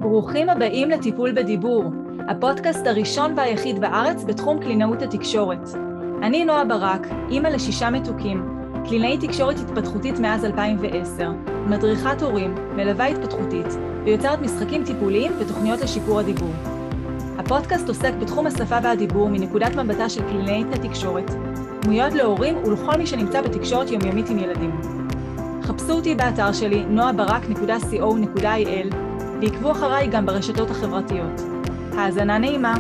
ברוכים הבאים לטיפול בדיבור, הפודקאסט הראשון והיחיד בארץ בתחום קלינאות התקשורת. אני נועה ברק, אימא ל6 מתוקים, קלינאית תקשורת התפתחותית מאז 2010, מדריכת הורים, מלווה התפתחותית, ויוצרת משחקים טיפוליים ותוכניות לשיפור הדיבור. הפודקאסט עוסק בתחום השפה והדיבור מנקודת מבטה של קלינאית התקשורת, דמויות להורים ולכל מי שנמצא בתקשורת יומיומית עם ילדים. חפשו אותי באתר שלי noabarak.co.il ועקבו אחריי גם ברשתות החברתיות. האזנה נעימה.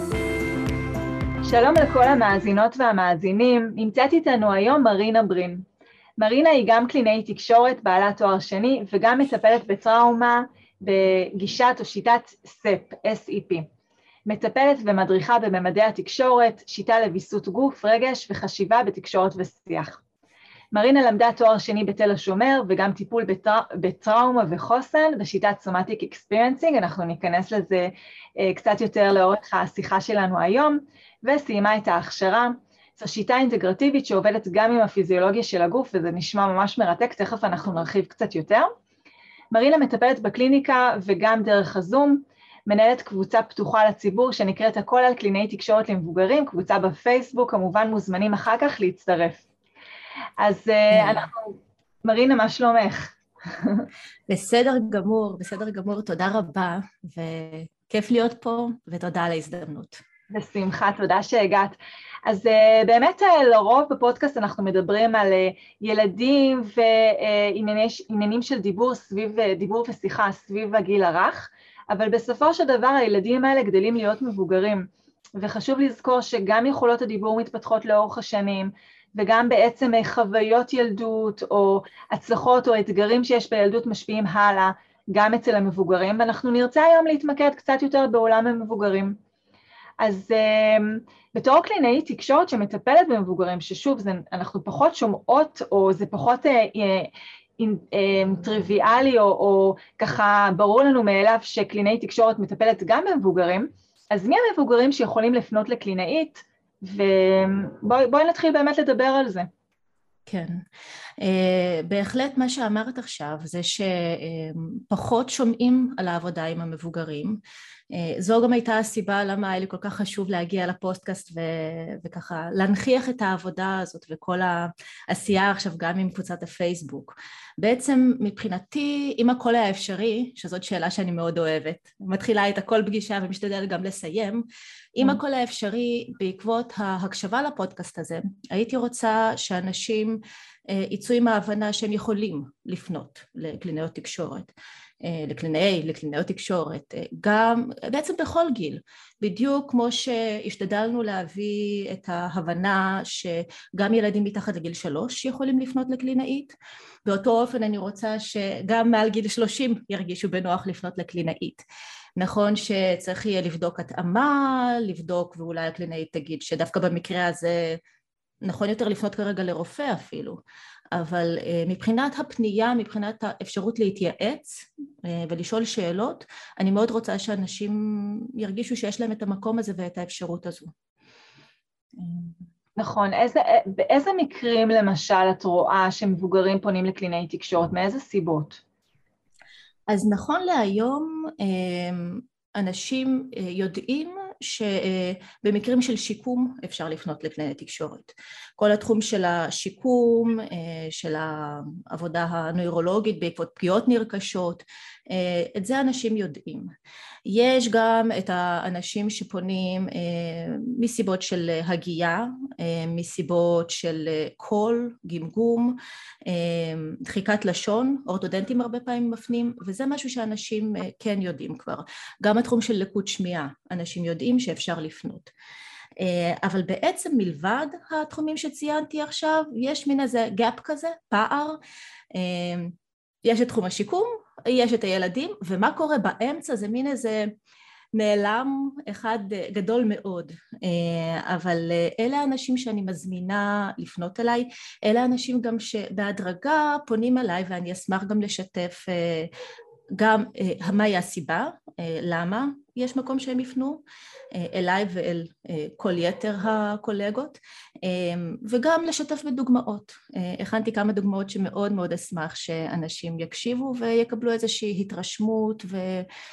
שלום לכל המאזינות והמאזינים, נמצאת איתנו היום מרינה ברין. מרינה היא גם קלינאית תקשורת, בעלת תואר שני, וגם מטפלת בטראומה בגישת או שיטת SEP, S-E-P. מטפלת ומדריכה בממדי התקשורת, שיטה לוויסות גוף, רגש וחשיבה בתקשורת ושיח. מרינה למדה תואר שני בתל השומר וגם טיפול בטראומה וחוסן בשיטת סומטיק אקספירינסינג, אנחנו ניכנס לזה קצת יותר לאורך השיחה שלנו היום, וסיימה את ההכשרה. זו שיטה אינטגרטיבית שעובדת גם עם הפיזיולוגיה של הגוף, וזה נשמע ממש מרתק, תכף אנחנו נרחיב קצת יותר. מרינה מטפלת בקליניקה וגם דרך הזום, מנהלת קבוצה פתוחה לציבור שנקראת הכל על קלינאי תקשורת למבוגרים, קבוצה בפייסבוק, כמובן מוזמנים אחר כך להצטרף. אז אנחנו, מרינה, מה שלומך? בסדר גמור, תודה רבה, וכיף להיות פה, ותודה על ההזדמנות. בשמחה, תודה שהגעת. אז באמת לרוב בפודקאסט אנחנו מדברים על ילדים ועניינים של דיבור ושיחה סביב הגיל הרך, אבל בסופו של דבר הילדים האלה גדלים להיות מבוגרים, וחשוב לזכור שגם יכולות הדיבור מתפתחות לאורך השנים, וגם בעצם חוויות ילדות או הצלחות או אתגרים שיש בילדות משפיעים הלאה גם אצל המבוגרים, ואנחנו נרצה היום להתמקד קצת יותר בעולם המבוגרים. אז בתור קלינאית תקשורת שמטפלת במבוגרים, ששוב אנחנו פחות שומעות או זה פחות טריוויאלי או ככה ברור לנו מאליו שקלינאית תקשורת מטפלת גם במבוגרים, אז מי המבוגרים שיכולים לפנות לקלינאית? ובואי נתחיל באמת לדבר על זה. כן, בהחלט מה שאמרת עכשיו זה שפחות שומעים על העבודה עם המבוגרים. זו גם הייתה הסיבה למה היה לי כל כך חשוב להגיע לפודקאסט וככה להנכיח את העבודה הזאת וכל העשייה עכשיו גם עם קבוצת הפייסבוק. בעצם מבחינתי, אם הכל היה אפשרי, שזאת שאלה שאני מאוד אוהבת, מתחילה את הכל פגישה ומשתדלת גם לסיים, אם הכל היה אפשרי בעקבות ההקשבה לפודקאסט הזה, הייתי רוצה שאנשים יצאו עם ההבנה שהם יכולים לפנות לקלינאיות תקשורת, לקלינאיות תקשורת, גם בעצם בכל גיל, בדיוק כמו שהשתדלנו להביא את ההבנה שגם ילדים מתחת לגיל 3 יכולים לפנות לקלינאית, באותו אופן אני רוצה שגם מעל גיל 30 ירגישו בנוח לפנות לקלינאית. נכון שצריך יהיה לבדוק התאמה, לבדוק ואולי הקלינאית תגיד שדווקא במקרה הזה נכון יותר לפנות כרגע לרופא אפילו, אבל מבחינת הפנייה, מבחינת האפשרות להתייעץ ולשאול שאלות, אני מאוד רוצה שאנשים ירגישו שיש להם את המקום הזה ואת האפשרות הזו. נכון, באיזה מקרים למשל את רואה שמבוגרים פונים לקלינאי תקשורת, מאיזה סיבות? אז נכון להיום אנשים יודעים שבמקרים של שיקום אפשר לפנות לקלינאית תקשורת. כל התחום של השיקום, של העבודה הנוירולוגית בעקבות פגיעות נרכשות, את זה אנשים יודעים. יש גם את האנשים שפונים מסיבות של הגייה, מסיבות של קול, גמגום, דחיקת לשון, אורתודנטים הרבה פעמים מפנים, וזה משהו שאנשים כן יודעים כבר. גם התחום של לקות שמיעה, אנשים יודעים שאפשר לפנות. אבל בעצם מלבד התחומים שציינתי עכשיו, יש מין איזה גאפ כזה, פער, יש את תחום השיקום, יש את הילדים, ומה קורה באמצע זה מין איזה נעלם אחד גדול מאוד, אבל אלה האנשים שאני מזמינה לפנות אליי, אלה האנשים גם שבהדרגה פונים אליי, ואני אשמח גם לשתף גם מהי הסיבה, למה יש מקום שהם יפנו אליי ואל כל יתר הקולגות, וגם לשתף בדוגמאות. הכנתי כמה דוגמאות שמאוד מאוד אשמח שאנשים יקשיבו ויקבלו איזושהי התרשמות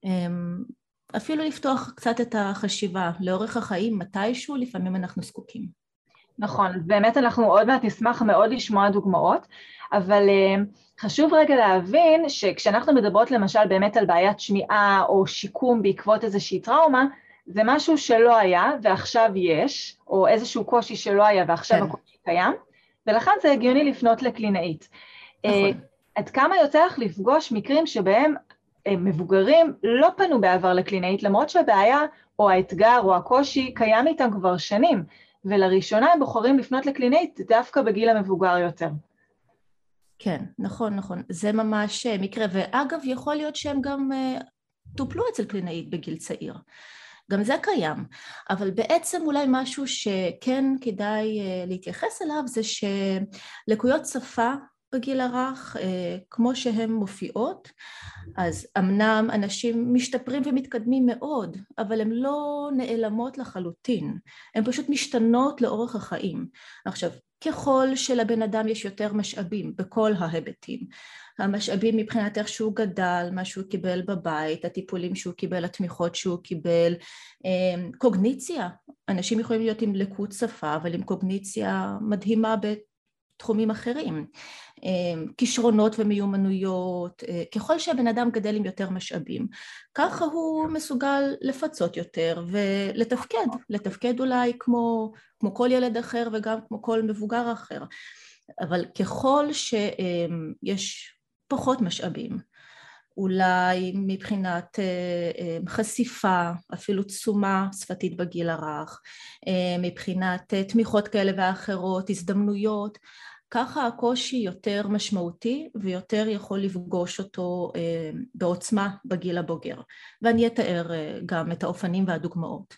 אפילו לפתוח קצת את החשיבה לאורך החיים, מתישהו לפעמים אנחנו זקוקים. נכון, באמת אנחנו עוד מעט נשמח מאוד לשמוע דוגמאות, אבל חשוב רגע להבין שכשאנחנו מדברות למשל באמת על בעיית שמיעה או שיקום בעקבות איזושהי טראומה, זה משהו שלא היה ועכשיו יש, או איזשהו קושי שלא היה ועכשיו כן. הקושי קיים, ולכן זה הגיוני לפנות לקלינאית. נכון. עד כמה יוצא לך לפגוש מקרים שבהם מבוגרים לא פנו בעבר לקלינאית, למרות שהבעיה או האתגר או הקושי קיים איתם כבר שנים, ולראשונה הם בוחרים לפנות לקלינאית דווקא בגיל המבוגר יותר. כן, נכון, נכון. זה ממש מקרה, ואגב יכול להיות שהם גם טופלו אצל קלינאית בגיל צעיר. גם זה קיים, אבל בעצם אולי משהו שכן כדאי להתייחס אליו זה שלקויות שפה בגיל הרך, כמו שהן מופיעות, אז אמנם אנשים משתפרים ומתקדמים מאוד, אבל הן לא נעלמות לחלוטין, הן פשוט משתנות לאורך החיים. עכשיו, ככל שלבן אדם יש יותר משאבים בכל ההיבטים, המשאבים מבחינת איך שהוא גדל, מה שהוא קיבל בבית, הטיפולים שהוא קיבל, התמיכות שהוא קיבל, קוגניציה, אנשים יכולים להיות עם לקות שפה, אבל עם קוגניציה מדהימה בתחומים אחרים, כישרונות ומיומנויות, ככל שהבן אדם גדל עם יותר משאבים, ככה הוא מסוגל לפצות יותר ולתפקד, לתפקד אולי כמו כל ילד אחר וגם כמו כל מבוגר אחר, אבל ככל שיש פחות משאבים, אולי מבחינת חשיפה, אפילו תשומה שפתית בגיל הרך, מבחינת תמיכות כאלה ואחרות, הזדמנויות, ככה הקושי יותר משמעותי ויותר יכול לפגוש אותו בעוצמה בגיל הבוגר. ואני אתאר גם את האופנים והדוגמאות.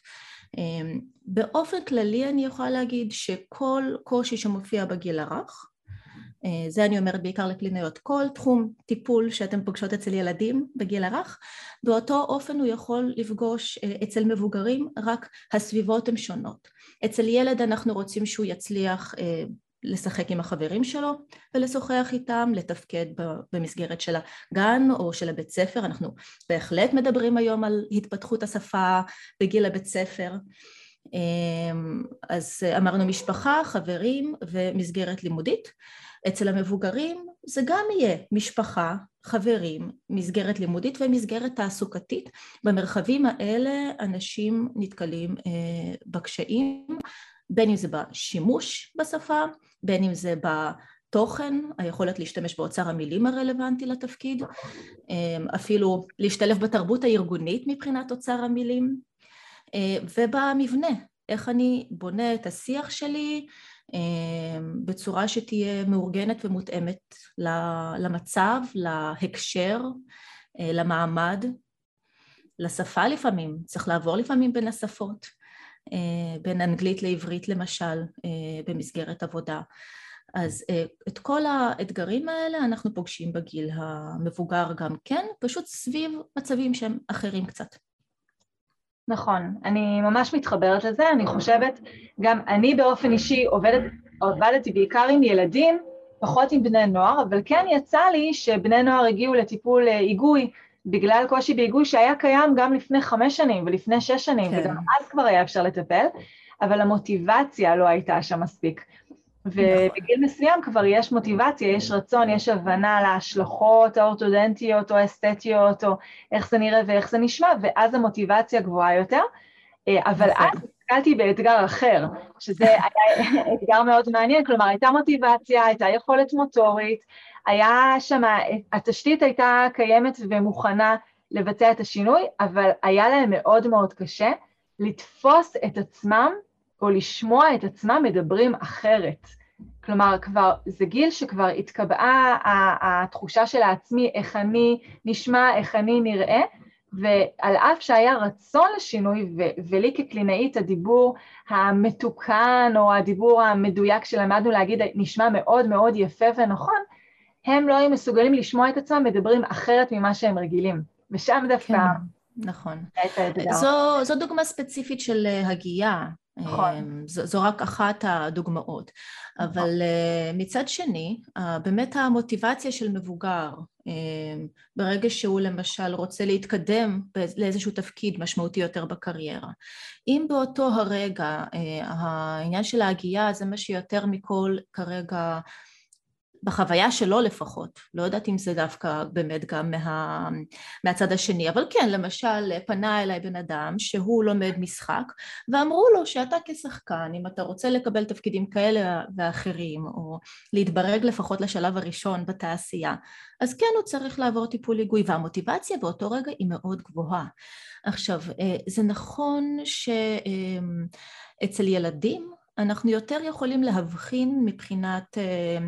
באופן כללי אני יכולה להגיד שכל קושי שמופיע בגיל הרך, זה אני אומרת בעיקר לקלינאיות, כל תחום טיפול שאתם פוגשות אצל ילדים בגיל הרך, באותו אופן הוא יכול לפגוש אצל מבוגרים, רק הסביבות הן שונות. אצל ילד אנחנו רוצים שהוא יצליח לשחק עם החברים שלו ולשוחח איתם, לתפקד במסגרת של הגן או של הבית ספר. אנחנו בהחלט מדברים היום על התפתחות השפה בגיל הבית ספר. אז אמרנו משפחה, חברים ומסגרת לימודית. אצל המבוגרים זה גם יהיה משפחה, חברים, מסגרת לימודית ומסגרת תעסוקתית. במרחבים האלה אנשים נתקלים בקשיים, בין אם זה בשימוש בשפה, בין אם זה בתוכן, היכולת להשתמש באוצר המילים הרלוונטי לתפקיד, אפילו להשתלב בתרבות הארגונית מבחינת אוצר המילים, ובמבנה, איך אני בונה את השיח שלי בצורה שתהיה מאורגנת ומותאמת למצב, להקשר, למעמד, לשפה לפעמים, צריך לעבור לפעמים בין השפות, בין אנגלית לעברית למשל, במסגרת עבודה. אז את כל האתגרים האלה אנחנו פוגשים בגיל המבוגר גם כן, פשוט סביב מצבים שהם אחרים קצת. נכון, אני ממש מתחברת לזה, אני חושבת, גם אני באופן אישי עובדתי בעיקר עם ילדים, פחות עם בני נוער, אבל כן יצא לי שבני נוער הגיעו לטיפול היגוי, בגלל קושי בהיגוי שהיה קיים גם לפני 5 שנים ולפני 6 שנים, כן. וגם אז כבר היה אפשר לטפל, אבל המוטיבציה לא הייתה שם מספיק. ובגיל מסוים כבר יש מוטיבציה, יש רצון, יש הבנה להשלכות האורתודנטיות או האסתטיות, או איך זה נראה ואיך זה נשמע, ואז המוטיבציה גבוהה יותר. אבל אז התקלתי באתגר אחר, שזה היה אתגר מאוד מעניין, כלומר הייתה מוטיבציה, הייתה יכולת מוטורית, היה שם, התשתית הייתה קיימת ומוכנה לבצע את השינוי, אבל היה להם מאוד מאוד קשה לתפוס את עצמם, או לשמוע את עצמם מדברים אחרת. כלומר, זה גיל שכבר התקבעה התחושה של העצמי, איך אני נשמע, איך אני נראה, ועל אף שהיה רצון לשינוי, ולי כקלינאית הדיבור המתוקן, או הדיבור המדויק שלמדנו להגיד, נשמע מאוד מאוד יפה ונכון, הם לא היו מסוגלים לשמוע את עצמם מדברים אחרת ממה שהם רגילים. ושם דווקא... כן, נכון. זו דוגמה ספציפית של הגייה. זו רק אחת הדוגמאות, אבל מצד שני, באמת המוטיבציה של מבוגר ברגע שהוא למשל רוצה להתקדם לאיזשהו תפקיד משמעותי יותר בקריירה. אם באותו הרגע העניין של ההגייה זה מה שיותר מכל כרגע בחוויה שלו לפחות, לא יודעת אם זה דווקא באמת גם מהצד השני, אבל כן, למשל פנה אליי בן אדם שהוא לומד משחק, ואמרו לו שאתה כשחקן, אם אתה רוצה לקבל תפקידים כאלה ואחרים, או להתברג לפחות לשלב הראשון בתעשייה, אז כן הוא צריך לעבור טיפול היגוי, והמוטיבציה באותו רגע היא מאוד גבוהה. עכשיו, זה נכון שאצל ילדים אנחנו יותר יכולים להבחין מבחינת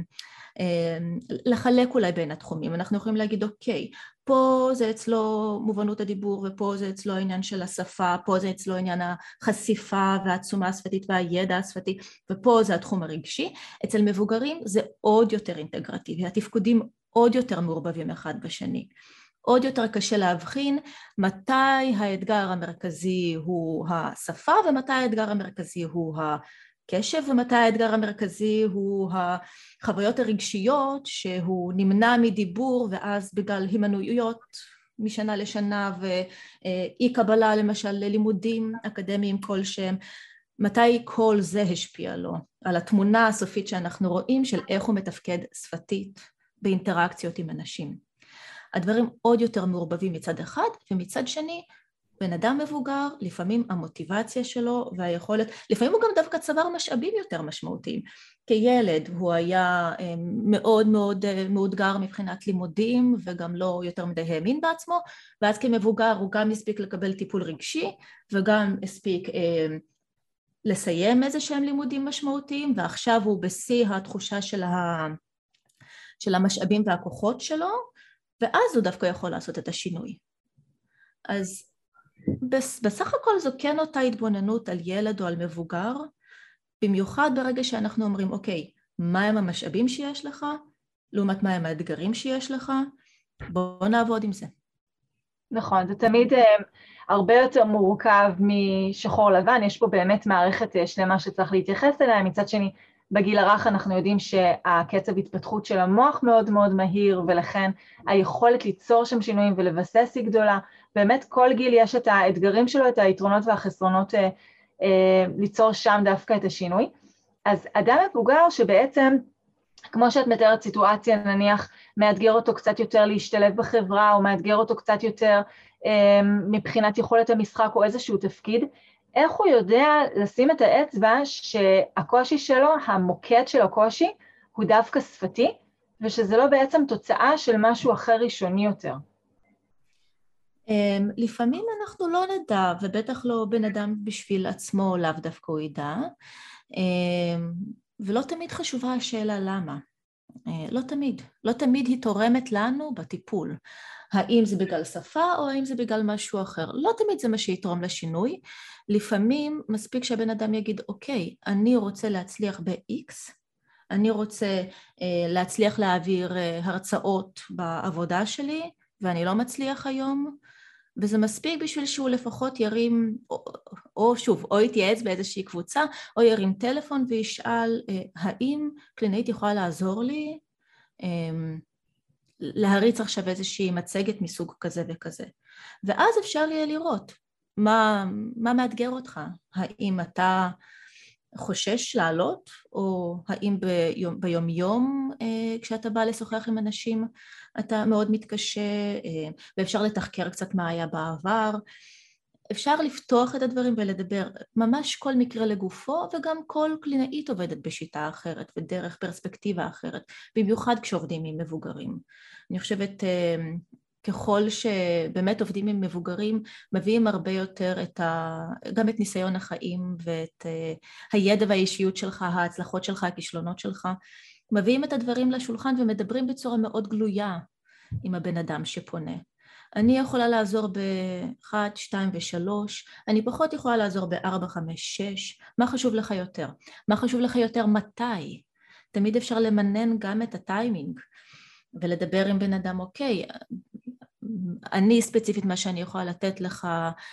לחלק אולי בין התחומים, אנחנו יכולים להגיד אוקיי, פה זה אצלו מובנות הדיבור ופה זה אצלו העניין של השפה, פה זה אצלו עניין החשיפה והעצומה השפתית והידע השפתי, ופה זה התחום הרגשי. אצל מבוגרים זה עוד יותר אינטגרטיבי, התפקודים עוד יותר מעורבבים אחד בשני, עוד יותר קשה להבחין מתי האתגר המרכזי הוא השפה ומתי האתגר המרכזי הוא קשב, ומתי האתגר המרכזי הוא החוויות הרגשיות שהוא נמנע מדיבור ואז בגלל הימנעויות משנה לשנה ואי קבלה למשל ללימודים אקדמיים כלשהם, מתי כל זה השפיע לו על התמונה הסופית שאנחנו רואים של איך הוא מתפקד שפתית באינטראקציות עם אנשים. הדברים עוד יותר מעורבבים מצד אחד, ומצד שני בן אדם מבוגר, לפעמים המוטיבציה שלו והיכולת, לפעמים הוא גם דווקא צבר משאבים יותר משמעותיים. כילד הוא היה מאוד מאוד מאותגר מבחינת לימודים, וגם לא יותר מדי האמין בעצמו, ואז כמבוגר הוא גם הספיק לקבל טיפול רגשי, וגם הספיק לסיים איזה שהם לימודים משמעותיים, ועכשיו הוא בשיא התחושה של המשאבים והכוחות שלו, ואז הוא דווקא יכול לעשות את השינוי. אז בסך הכל זו כן אותה התבוננות על ילד או על מבוגר, במיוחד ברגע שאנחנו אומרים, אוקיי, מה הם המשאבים שיש לך, לעומת מה הם האתגרים שיש לך, בואו נעבוד עם זה. נכון, זה תמיד הרבה יותר מורכב משחור לבן, יש פה באמת מערכת שלמה שצריך להתייחס אליה, מצד שני, בגיל הרך אנחנו יודעים שהקצב התפתחות של המוח מאוד מאוד מהיר, ולכן היכולת ליצור שם שינויים ולבסס היא גדולה, באמת כל גיל יש את האתגרים שלו, את היתרונות והחסרונות ליצור שם דווקא את השינוי. אז אדם מבוגר שבעצם, כמו שאת מתארת סיטואציה, נניח מאתגר אותו קצת יותר להשתלב בחברה, או מאתגר אותו קצת יותר מבחינת יכולת המשחק או איזשהו תפקיד, איך הוא יודע לשים את האצבע שהקושי שלו, המוקד של הקושי, הוא דווקא שפתי, ושזה לא בעצם תוצאה של משהו אחר ראשוני יותר? לפעמים אנחנו לא נדע, ובטח לא בן אדם בשביל עצמו לאו דווקא הוא ידע, ולא תמיד חשובה השאלה למה. לא תמיד היא תורמת לנו בטיפול. האם זה בגלל שפה או האם זה בגלל משהו אחר. לא תמיד זה מה שיתרום לשינוי. לפעמים מספיק שהבן אדם יגיד, אוקיי, אני רוצה להצליח ב-X, אני רוצה להצליח להעביר הרצאות בעבודה שלי, ואני לא מצליח היום, וזה מספיק בשביל שהוא לפחות ירים, או יתייעץ באיזושהי קבוצה, או ירים טלפון וישאל, האם קלינאית יכולה לעזור לי להריץ עכשיו איזושהי מצגת מסוג כזה וכזה. ואז אפשר יהיה לראות מה מאתגר אותך. האם אתה חושש לעלות, או האם ביום כשאתה בא לשוחח עם אנשים אתה מאוד מתקשה, ואפשר לתחקר קצת מה היה בעבר. אפשר לפתוח את הדברים ולדבר ממש כל מקרה לגופו, וגם כל קלינאית עובדת בשיטה אחרת ודרך פרספקטיבה אחרת, במיוחד כשעובדים עם מבוגרים. אני חושבת ככל שבאמת עובדים עם מבוגרים, מביאים הרבה יותר גם את ניסיון החיים ואת הידע והאישיות שלך, ההצלחות שלך, הכישלונות שלך, מביאים את הדברים לשולחן ומדברים בצורה מאוד גלויה עם הבן אדם שפונה. אני יכולה לעזור ב-1, 2 ו-3, אני פחות יכולה לעזור ב-4, 5, 6, מה חשוב לך יותר? מה חשוב לך יותר מתי? תמיד אפשר למנן גם את הטיימינג, ולדבר עם בן אדם, אוקיי, אני ספציפית מה שאני יכולה לתת לך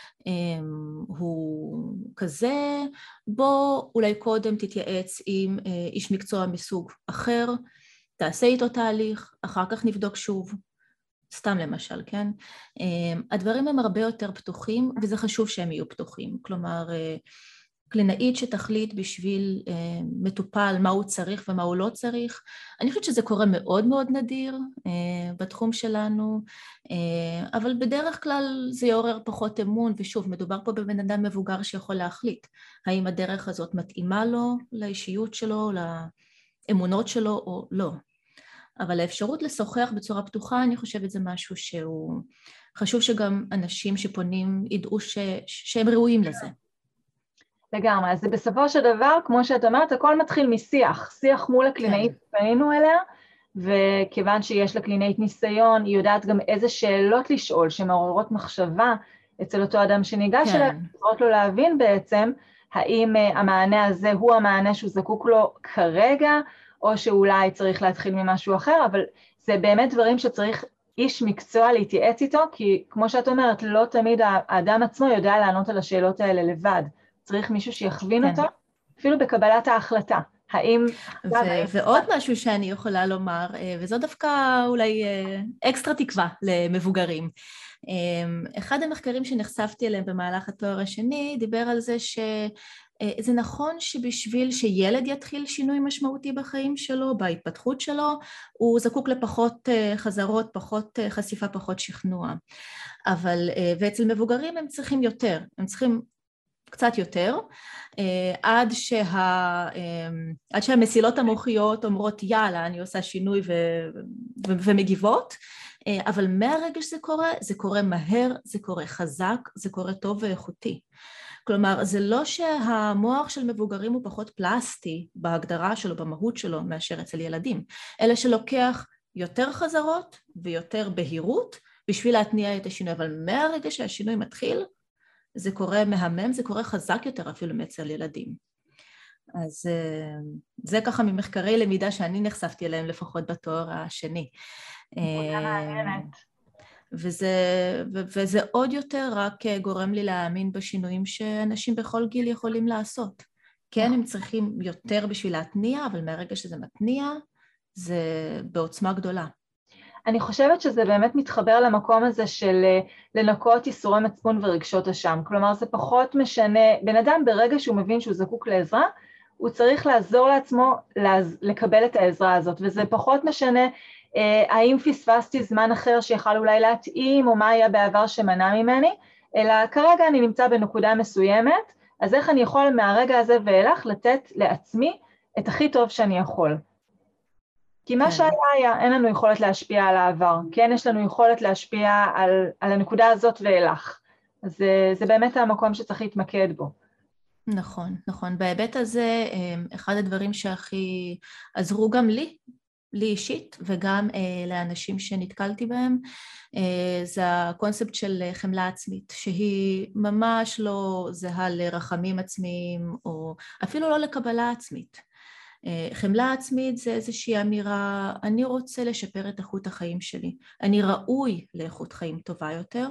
הוא כזה, בוא אולי קודם תתייעץ עם איש מקצוע מסוג אחר, תעשה איתו תהליך, אחר כך נבדוק שוב. סתם למשל, כן? הדברים הם הרבה יותר פתוחים, וזה חשוב שהם יהיו פתוחים. כלומר, קלינאית שתחליט בשביל מטופל מה הוא צריך ומה הוא לא צריך. אני חושבת שזה קורה מאוד מאוד נדיר בתחום שלנו, אבל בדרך כלל זה יעורר פחות אמון, ושוב, מדובר פה בבן אדם מבוגר שיכול להחליט האם הדרך הזאת מתאימה לו, לאישיות שלו, לאמונות שלו או לא. אבל האפשרות לשוחח בצורה פתוחה, אני חושבת זה משהו שהוא חשוב שגם אנשים שפונים ידעו שהם ראויים לזה. לגמרי, אז בסופו של דבר, כמו שאת אומרת, הכל מתחיל משיח, שיח מול הקלינאית שפנינו אליה, וכיוון שיש לקלינאית ניסיון, היא יודעת גם איזה שאלות לשאול, שמעוררות מחשבה אצל אותו אדם שניגש אליה, עוזרות לו להבין בעצם, האם המענה הזה הוא המענה שהוא זקוק לו כרגע, או שאולי צריך להתחיל ממשהו אחר, אבל זה באמת דברים שצריך איש מקצוע להתייעץ איתו, כי כמו שאת אומרת, לא תמיד האדם עצמו יודע לענות על השאלות האלה לבד. צריך מישהו שיכווין אותו, אפילו בקבלת ההחלטה. האם... ועוד משהו שאני יכולה לומר, וזו דווקא אולי אקסטרה תקווה למבוגרים. אחד המחקרים שנחשפתי אליהם במהלך התואר השני, דיבר על זה שזה נכון שבשביל שילד יתחיל שינוי משמעותי בחיים שלו, בהתפתחות שלו, הוא זקוק לפחות חזרות, פחות חשיפה, פחות שכנוע. אבל, ואצל מבוגרים הם צריכים יותר, הם צריכים קצת יותר, עד שהמסילות המוחיות אומרות יאללה, אני עושה שינוי ומגיבות, אבל מהרגע זה קורה מהר, זה קורה חזק, זה קורה טוב ואיכותי. כלומר, זה לא שהמוח של מבוגרים הוא פחות פלסטי בהגדרה שלו, במהות שלו, מאשר אצל ילדים, אלא שלוקח יותר חזרות ויותר בהירות בשביל להתניע את השינוי, אבל מהרגע שהשינוי מתחיל, זה קורה מהמם, זה קורה חזק יותר אפילו מאצל ילדים. אז זה ככה ממחקרי למידה שאני נחשפתי אליהם לפחות בתואר השני. וזה עוד יותר רק גורם לי להאמין בשינויים שאנשים בכל גיל יכולים לעשות. כן, הם צריכים יותר בשביל להתניע, אבל מהרגע שזה מתניע, זה בעוצמה גדולה. אני חושבת שזה באמת מתחבר למקום הזה של לנקות ייסורי מצפון ורגשות אשם. כלומר, זה פחות משנה, בן אדם ברגע שהוא מבין שהוא זקוק לעזרה, הוא צריך לעזור לעצמו לקבל את העזרה הזאת, וזה פחות משנה האם פספסתי זמן אחר שיכל אולי להתאים, או מה היה בעבר שמנע ממני, אלא כרגע אני נמצא בנקודה מסוימת, אז איך אני יכול מהרגע הזה ואילך לתת לעצמי את הכי טוב שאני יכול. כי מה שהיה, אין לנו יכולת להשפיע על העבר, כן, יש לנו יכולת להשפיע על הנקודה הזאת ואילך. אז זה באמת המקום שצריך להתמקד בו. נכון, נכון. בהיבט הזה, אחד הדברים שהכי עזרו גם לי אישית, וגם לאנשים שנתקלתי בהם, זה הקונספט של חמלה עצמית, שהיא ממש לא זהה לרחמים עצמיים, או אפילו לא לקבלה עצמית. חמלה עצמית זה איזושהי אמירה, אני רוצה לשפר את איכות החיים שלי, אני ראוי לאיכות חיים טובה יותר,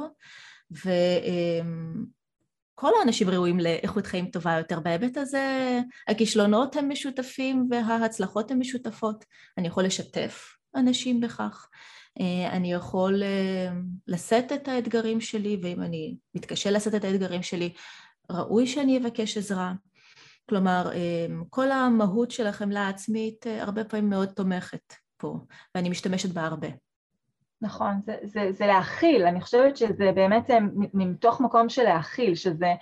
וכל האנשים ראויים לאיכות חיים טובה יותר. בהיבט הזה, הכישלונות הם משותפים וההצלחות הן משותפות. אני יכול לשתף אנשים בכך, אני יכול לשאת את האתגרים שלי, ואם אני מתקשה לשאת את האתגרים שלי, ראוי שאני אבקש עזרה. כלומר, כל המהות של החמלה העצמית הרבה פעמים מאוד תומכת פה, ואני משתמשת בה הרבה. נכון, זה להכיל, אני חושבת שזה באמת מתוך מקום של להכיל, שזה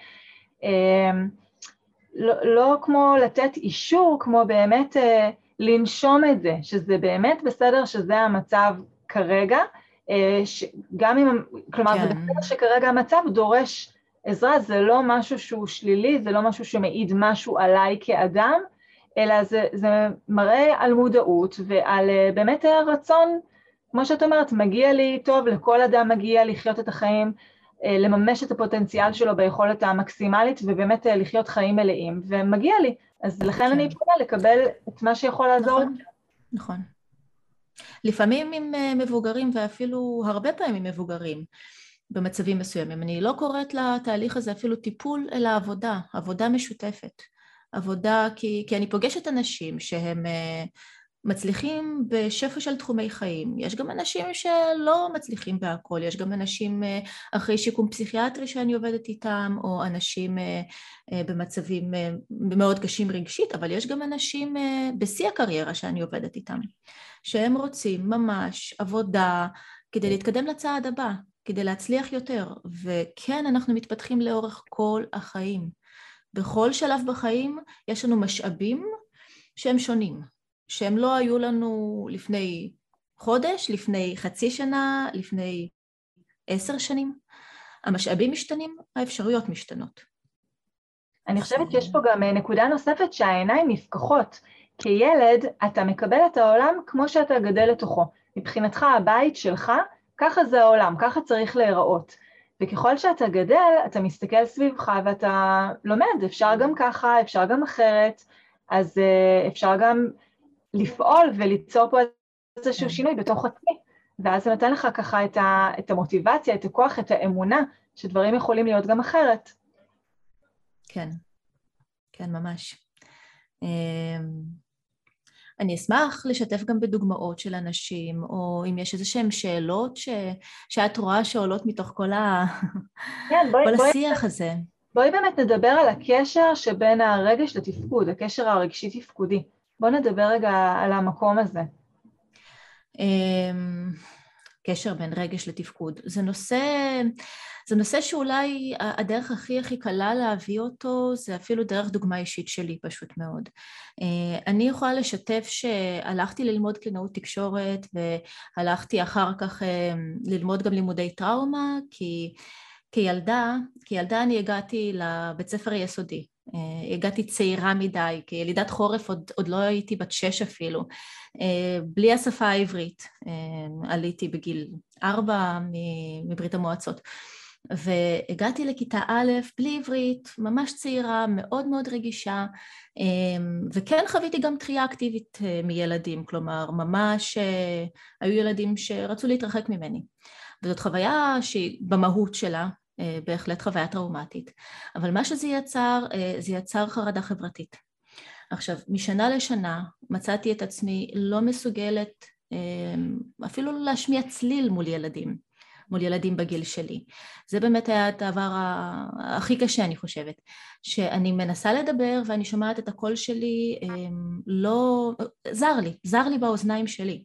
לא כמו לתת אישור, כמו באמת לנשום את זה, שזה באמת בסדר שזה המצב כרגע, גם אם, כלומר זה בסדר שכרגע המצב דורש עזרה, זה לא משהו שהוא שלילי, זה לא משהו שמעיד משהו עליי כאדם, אלא זה מראה על מודעות ועל באמת רצון, כמו שאת אומרת, מגיע לי טוב, לכל אדם מגיע לחיות את החיים, לממש את הפוטנציאל שלו ביכולת המקסימלית, ובאמת לחיות חיים מלאים, ומגיע לי. אז לכן אני יכולה לקבל את מה שיכול לעזור. נכון, נכון. לפעמים עם מבוגרים, ואפילו הרבה פעמים עם מבוגרים, במצבים מסוימים. אני לא קוראת לתהליך הזה אפילו טיפול, אלא עבודה משותפת. עבודה, כי אני פוגשת אנשים שהם מצליחים בשפע של תחומי חיים. יש גם אנשים שלא מצליחים בהכל, יש גם אנשים אחרי שיקום פסיכיאטרי שאני עובדת איתם, או אנשים במצבים מאוד קשים רגשית, אבל יש גם אנשים בשיא הקריירה שאני עובדת איתם, שהם רוצים ממש עבודה כדי להתקדם לצעד הבא, כדי להצליח יותר, וכן, אנחנו מתפתחים לאורך כל החיים. בכל שלב בחיים יש לנו משאבים שהם שונים, שהם לא היו לנו לפני חודש, לפני חצי שנה, לפני 10 שנים. המשאבים משתנים, האפשרויות משתנות. אני חושבת שיש פה גם נקודה נוספת שהעיניים נפקחות. כילד אתה מקבל את העולם כמו שאתה גדל לתוכו. מבחינתך הבית שלך, ככה זה העולם, ככה צריך להיראות. וככל שאתה גדל, אתה מסתכל סביבך ואתה לומד, אפשר גם ככה, אפשר גם אחרת, אז אפשר גם לפעול וליצור פה איזשהו שינוי בתוך עצמי, ואז זה נותן לך ככה את המוטיבציה, את הכוח, את האמונה, שדברים יכולים להיות גם אחרת. כן, כן, ממש. אני אשמח לשתף גם בדוגמאות של אנשים, או אם יש איזשהם שאלות שאת רואה שעולות מתוך כל השיח הזה. בואי באמת נדבר על הקשר שבין הרגש לתפקוד, הקשר הרגשי-תפקודי. בואי נדבר רגע על המקום הזה. קשר בין רגש לתפקוד. זה נושא שאולי הדרך הכי קלה להביא אותו, זה אפילו דרך דוגמה אישית שלי פשוט מאוד. אני יכולה לשתף שהלכתי ללמוד קלינאות תקשורת, והלכתי אחר כך ללמוד גם לימודי טראומה, כי כילדה אני הגעתי לבית ספר היסודי. הגעתי צעירה מדי, כילידת חורף עוד לא הייתי בת 6 אפילו, בלי השפה העברית, עליתי בגיל 4 מברית המועצות, והגעתי לכיתה א' בלי עברית, ממש צעירה, מאוד מאוד רגישה, וכן חוויתי גם דחייה אקטיבית מילדים, כלומר ממש היו ילדים שרצו להתרחק ממני, וזאת חוויה שהיא במהות שלה, בהחלט חוויה טראומטית, אבל מה שזה יצר, זה יצר חרדה חברתית. עכשיו, משנה לשנה מצאתי את עצמי לא מסוגלת אפילו להשמיע צליל מול ילדים בגיל שלי. זה באמת היה הדבר הכי קשה, אני חושבת, שאני מנסה לדבר ואני שומעת את הקול שלי, לא, זר לי באוזניים שלי.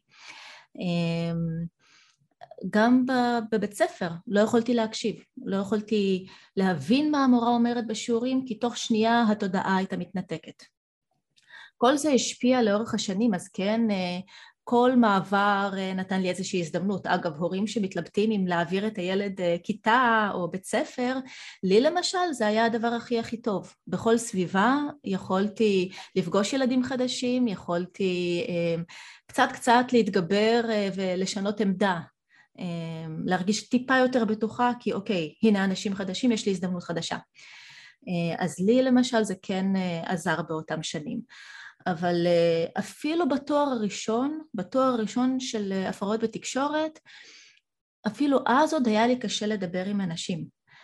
גם בבית ספר לא יכולתי להקשיב, לא יכולתי להבין מה המורה אומרת בשיעורים, כי תוך שנייה התודעה הייתה מתנתקת. כל זה השפיע לאורך השנים, אז כן, כל מעבר נתן לי איזושהי הזדמנות. אגב, הורים שמתלבטים אם להעביר את הילד כיתה או בית ספר, לי למשל זה היה הדבר הכי טוב. בכל סביבה יכולתי לפגוש ילדים חדשים, יכולתי קצת להתגבר ולשנות עמדה. להרגיש טיפה יותר בטוחה, כי אוקיי, הנה אנשים חדשים, יש לי הזדמנות חדשה. אז לי למשל זה כן עזר באותם שנים. אבל אפילו בתואר הראשון של הפרעות בתקשורת, אפילו אז עוד היה לי קשה לדבר עם אנשים.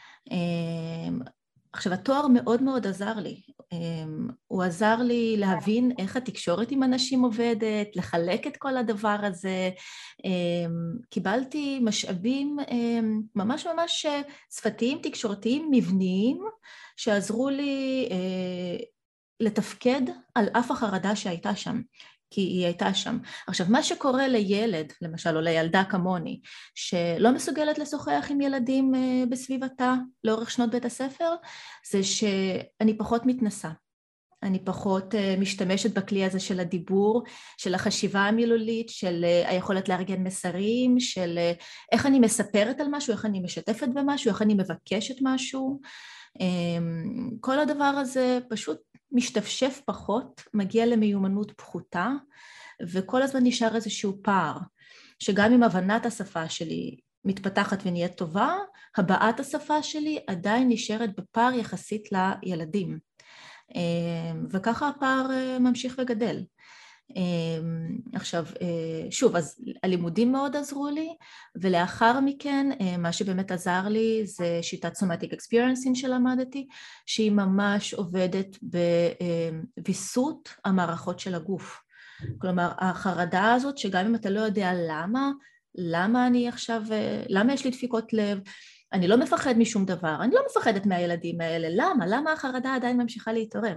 עכשיו, התואר מאוד מאוד עזר לי. הוא עזר לי להבין איך התקשורת עם אנשים עובדת, לחלק את כל הדבר הזה. קיבלתי משאבים ממש שפתיים, תקשורתיים, מבניים, שעזרו לי לתפקד על אף החרדה שהייתה שם, כי היא הייתה שם. עכשיו, מה שקורה לילד, למשל, או לילדה כמוני, שלא מסוגלת לשוחח עם ילדים בסביבתה לאורך שנות בית הספר, זה שאני פחות מתנסה. אני פחות משתמשת בכלי הזה של הדיבור, של החשיבה המילולית, של היכולת לארגן מסרים, של איך אני מספרת על משהו, איך אני משתפת במשהו, איך אני מבקשת משהו. כל הדבר הזה פשוט משתפשף פחות, מגיע למיומנות פחותה, וכל הזמן נשאר איזשהו פער, שגם אם הבנת השפה שלי מתפתחת ונהיית טובה, הבעת השפה שלי עדיין נשארת בפער יחסית לילדים. וככה הפער ממשיך וגדל. עכשיו, שוב, אז הלימודים מאוד עזרו לי, ולאחר מכן, מה שבאמת עזר לי זה שיטת Somatic Experiencing שלמדתי, שהיא ממש עובדת בוויסות המערכות של הגוף. כלומר, החרדה הזאת שגם אם אתה לא יודע למה אני עכשיו, למה יש לי דפיקות לב, אני לא מפחד משום דבר, אני לא מפחדת מהילדים האלה, למה החרדה עדיין ממשיכה להתעורר?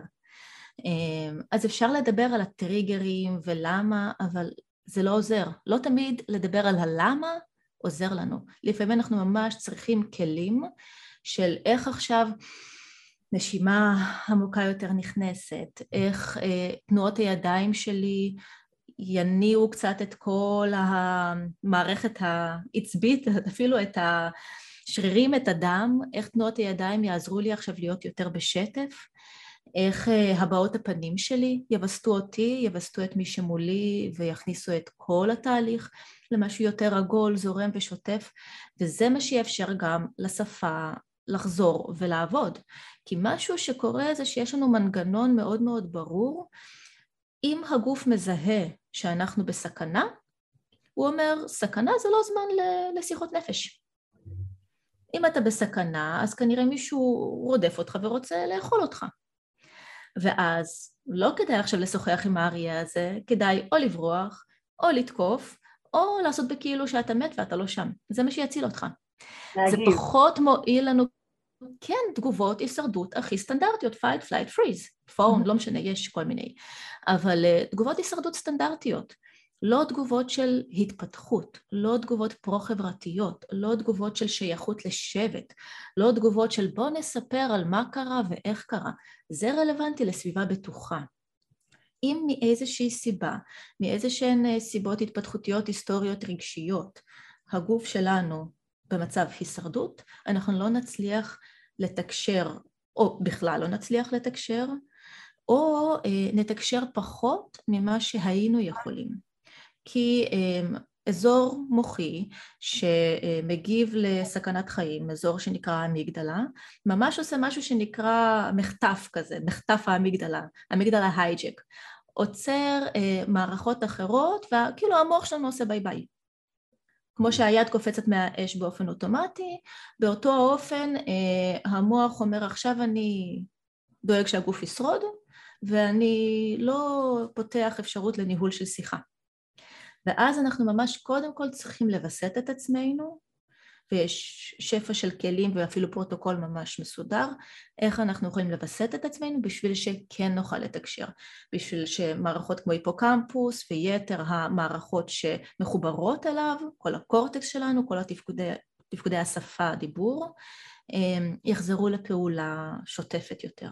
אז אפשר לדבר על הטריגרים ולמה, אבל זה לא עוזר. לא תמיד לדבר על הלמה עוזר לנו. לפעמים אנחנו ממש צריכים כלים של איך עכשיו נשימה עמוקה יותר נכנסת, איך תנועות הידיים שלי יניעו קצת את כל המערכת העצבית, אפילו את השרירים, את הדם, איך תנועות הידיים יעזרו לי עכשיו להיות יותר בשטף, איך הבעות הפנים שלי יווסתו אותי, יווסתו את מי שמולי ויכניסו את כל התהליך למשהו יותר עגול, זורם ושוטף, וזה מה שיאפשר גם לשפה לחזור ולעבוד. כי משהו שקורה זה שיש לנו מנגנון מאוד מאוד ברור, אם הגוף מזהה שאנחנו בסכנה, הוא אומר, סכנה זה לא זמן לשיחות נפש. אם אתה בסכנה, אז כנראה מישהו רודף אותך ורוצה לאכול אותך. ואז לא כדאי עכשיו לשוחח עם האריה הזה, כדאי או לברוח, או לתקוף, או לעשות בכאילו שאתה מת ואתה לא שם. זה מה שיציל אותך. זה פחות מועיל לנו, כן, תגובות הישרדות הכי סטנדרטיות, fight, flight, freeze, phone, לא משנה, יש כל מיני. אבל תגובות הישרדות סטנדרטיות, לא תגובות של התפתחות, לא תגובות פרו-חברתיות, לא תגובות של שייכות לשבט, לא תגובות של בוא נספר על מה קרה ואיך קרה. זה רלוונטי לסביבה בטוחה. אם מאיזושהי סיבה, מאיזשהן סיבות התפתחותיות, היסטוריות, רגשיות, הגוף שלנו במצב הישרדות, אנחנו לא נצליח לתקשר, או בכלל לא נצליח לתקשר, או נתקשר פחות ממה שהיינו יכולים. כי אזור מוחי שמגיב לסכנת חיים, אזור שנקרא האמיגדלה, ממש עושה משהו שנקרא מחטף כזה, מחטף האמיגדלה, האמיגדלה הייג'ק, עוצר מערכות אחרות, וכאילו המוח שלנו עושה ביי ביי. כמו שהיד קופצת מהאש באופן אוטומטי, באותו האופן המוח אומר עכשיו אני דואג שהגוף ישרוד, ואני לא פותח אפשרות לניהול של שיחה. ואז אנחנו ממש קודם כל צריכים לבסט את עצמנו, ויש שפע של כלים ואפילו פרוטוקול ממש מסודר, איך אנחנו יכולים לבסט את עצמנו בשביל שכן נוכל לתקשר, בשביל שמערכות כמו היפוקמפוס ויתר המערכות שמחוברות אליו, כל הקורטקס שלנו, כל תפקודי השפה, הדיבור, יחזרו לפעולה שוטפת יותר.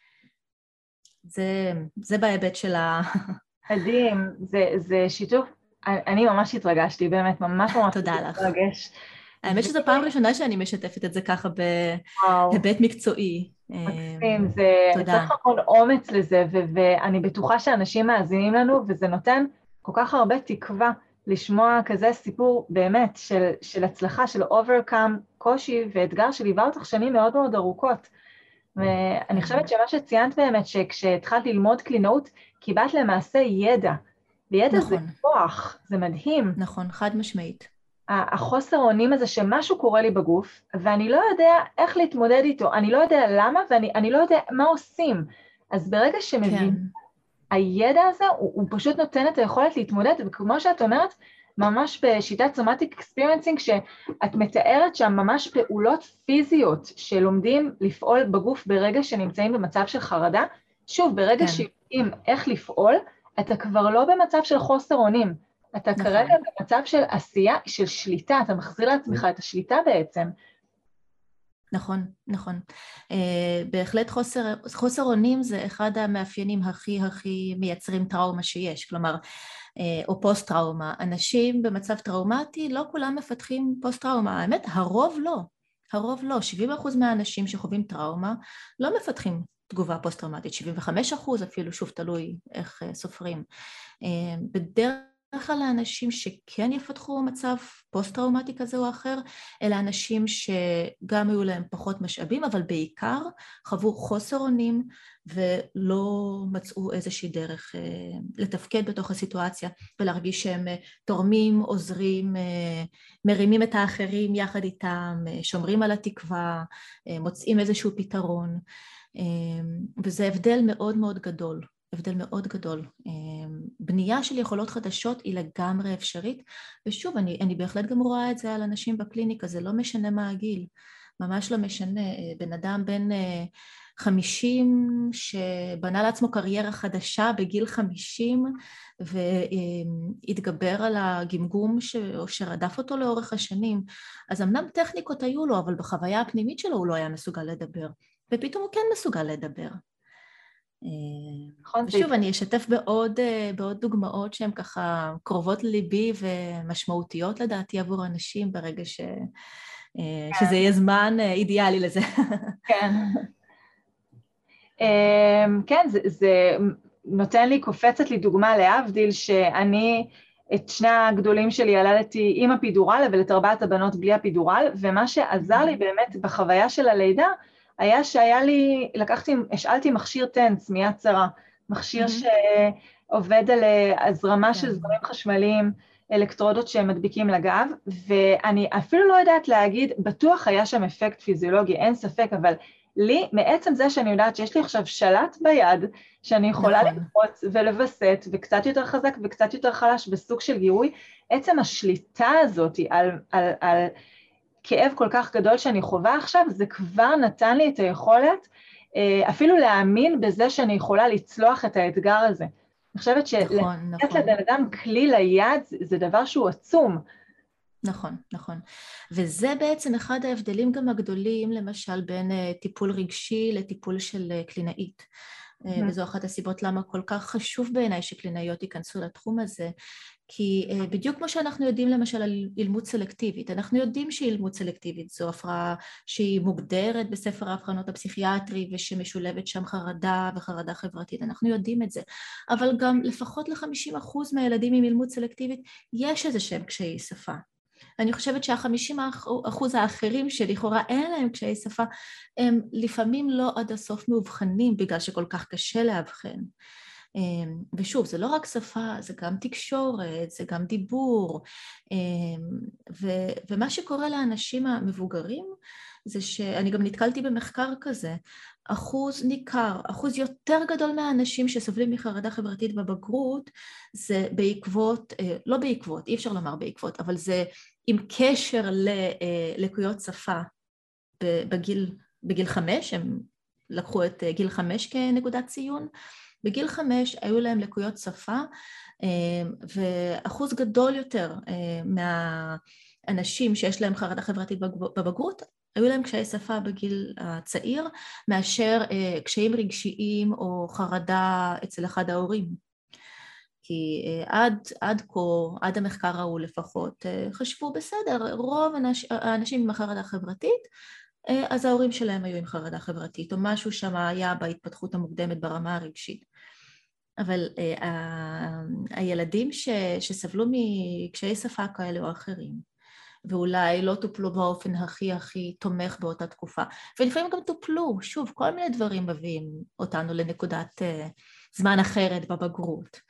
זה בהיבט של מדהים, זה שיתוף, אני ממש התרגשתי, באמת, ממש תודה לך. התרגש. האמת שזו פעם ראשונה שאני משתפת את זה ככה בהיבט מקצועי. מקסים, צריך המון אומץ לזה, ואני בטוחה שאנשים מאזינים לנו, וזה נותן כל כך הרבה תקווה לשמוע כזה סיפור באמת של הצלחה, של overcome קושי ואתגר שליווה אותך שנים מאוד מאוד ארוכות. ואני חושבת שמה שציינת באמת, שכשהתחלת ללמוד קלינאות, קיבלת למעשה ידע, וידע זה כוח, זה מדהים. נכון, חד משמעית. החוסר אונים הזה שמשהו קורה לי בגוף, ואני לא יודע איך להתמודד איתו, אני לא יודע למה, ואני לא יודע מה עושים. אז ברגע שמבין, הידע הזה, הוא פשוט נותן את היכולת להתמודד, וכמו שאת אומרת, ממש בשיטת סומטיק אקספירנסינג, שאת מתארת שם ממש פעולות פיזיות שלומדים לפעול בגוף ברגע שנמצאים במצב של חרדה. שוב, ברגע שיודעים איך לפעול, אתה כבר לא במצב של חוסר אונים, אתה כרגע במצב של עשייה, של שליטה, אתה מחזיר לעצמך את השליטה בעצם. נכון, נכון. בהחלט חוסר אונים זה אחד המאפיינים הכי מייצרים טראומה שיש, כלומר, או פוסט-טראומה. אנשים במצב טראומטי, לא כולם מפתחים פוסט-טראומה. האמת, הרוב לא. 70% מהאנשים שחווים טראומה לא מפתחים תגובה פוסט-טראומטית. 75% אפילו, שוב, תלוי איך סופרים. בדרך כלל האנשים שכן יפתחו מצב פוסט-טראומטי כזה או אחר, אלה אנשים שגם היו להם פחות משאבים, אבל בעיקר חוו חוסר אונים ולא מצאו איזושהי דרך לתפקד בתוך הסיטואציה ולהרגיש שהם תורמים, עוזרים, מרימים את האחרים יחד איתם, שומרים על התקווה, מוצאים איזשהו פתרון, וזה הבדל מאוד מאוד גדול הבדל מאוד גדול. בנייה של יכולות חדשות היא לגמרי אפשרית, ושוב, אני בהחלט גם רואה את זה על אנשים בקליניקה, זה לא משנה מה הגיל, ממש לא משנה. בן אדם בן 50 שבנה לעצמו קריירה חדשה בגיל 50 והתגבר על הגמגום שרדף אותו לאורך השנים, אז אמנם טכניקות היו לו, אבל בחוויה הפנימית שלו הוא לא היה מסוגל לדבר, ופתאום הוא כן מסוגל לדבר. ושוב, אני אשתף בעוד דוגמאות שהן ככה קרובות לליבי ומשמעותיות לדעתי עבור אנשים ברגע שזה יהיה זמן אידיאלי לזה. כן. כן, זה נותן לי, קופצת לי דוגמה להבדיל, שאני את שני הגדולים שלי ילדתי עם הפידורל, אבל את 4 הבנות בלי הפידורל, ומה שעזר לי באמת בחוויה של הלידה, היה שהיה לי, השאלתי מכשיר טנס מיד שרה, מכשיר שעובד על הזרמה של זרמים חשמליים, אלקטרודות שהם מדביקים לגב, ואני אפילו לא יודעת להגיד, בטוח היה שם אפקט פיזיולוגי, אין ספק, אבל לי, מעצם זה שאני יודעת שיש לי עכשיו שלט ביד, שאני יכולה לקפוץ ולבסט, וקצת יותר חזק וקצת יותר חלש בסוג של גירוי, עצם השליטה הזאת על כאב כל כך גדול שאני חווה עכשיו, זה כבר נתן לי את היכולת, אפילו להאמין בזה שאני יכולה לצלוח את האתגר הזה. אני חושבת שלתת לבן אדם כלי ליד, זה דבר שהוא עצום. נכון, נכון. וזה בעצם אחד ההבדלים גם הגדולים, למשל, בין טיפול רגשי לטיפול של קלינאית. וזו אחת הסיבות למה כל כך חשוב בעיניי שקלינאיות ייכנסו לתחום הזה, כי בדיוק כמו שאנחנו יודעים למשל על אילמות סלקטיבית, אנחנו יודעים שאילמות סלקטיבית זו הפרעה שהיא מוגדרת בספר האבחנות הפסיכיאטרי ושמשולבת שם חרדה וחרדה חברתית, אנחנו יודעים את זה, אבל גם לפחות ל50% מהילדים עם אילמות סלקטיבית יש איזה שהם קשיי שפה. אני חושבת שה50% האחרים שלכאורה אין להם קשיי שפה, הם לפעמים לא עד הסוף מאובחנים בגלל שכל כך קשה להבחן. ושוב, זה לא רק שפה, זה גם תקשורת, זה גם דיבור, ומה שקורה לאנשים המבוגרים זה שאני גם נתקלתי במחקר כזה, אחוז ניכר, אחוז יותר גדול מהאנשים שסובלים מחרדה חברתית בבגרות, זה בעקבות, לא בעקבות, אי אפשר לומר בעקבות, אבל עם קשר ללקויות שפה בגיל 5, הם לקחו את גיל 5 כנקודת ציון, בגיל 5 היו להם לקויות שפה, ואחוז גדול יותר מהאנשים שיש להם חרדה חברתית בבגרות, היו להם קשיי שפה בגיל הצעיר, מאשר קשיים רגשיים או חרדה אצל אחד ההורים. כי עד כה, עד המחקר ההוא לפחות, חשבו בסדר, רוב האנשים עם החרדה החברתית, אז ההורים שלהם היו עם חרדה חברתית, או משהו שם היה בהתפתחות המוקדמת ברמה הרגשית. אבל הילדים שסבלו מקשיי שפה כאלה או אחרים, ואולי לא טופלו באופן הכי תומך באותה תקופה, ולפעמים גם טופלו, שוב, כל מיני דברים מביאים אותנו לנקודת זמן אחרת בבגרות.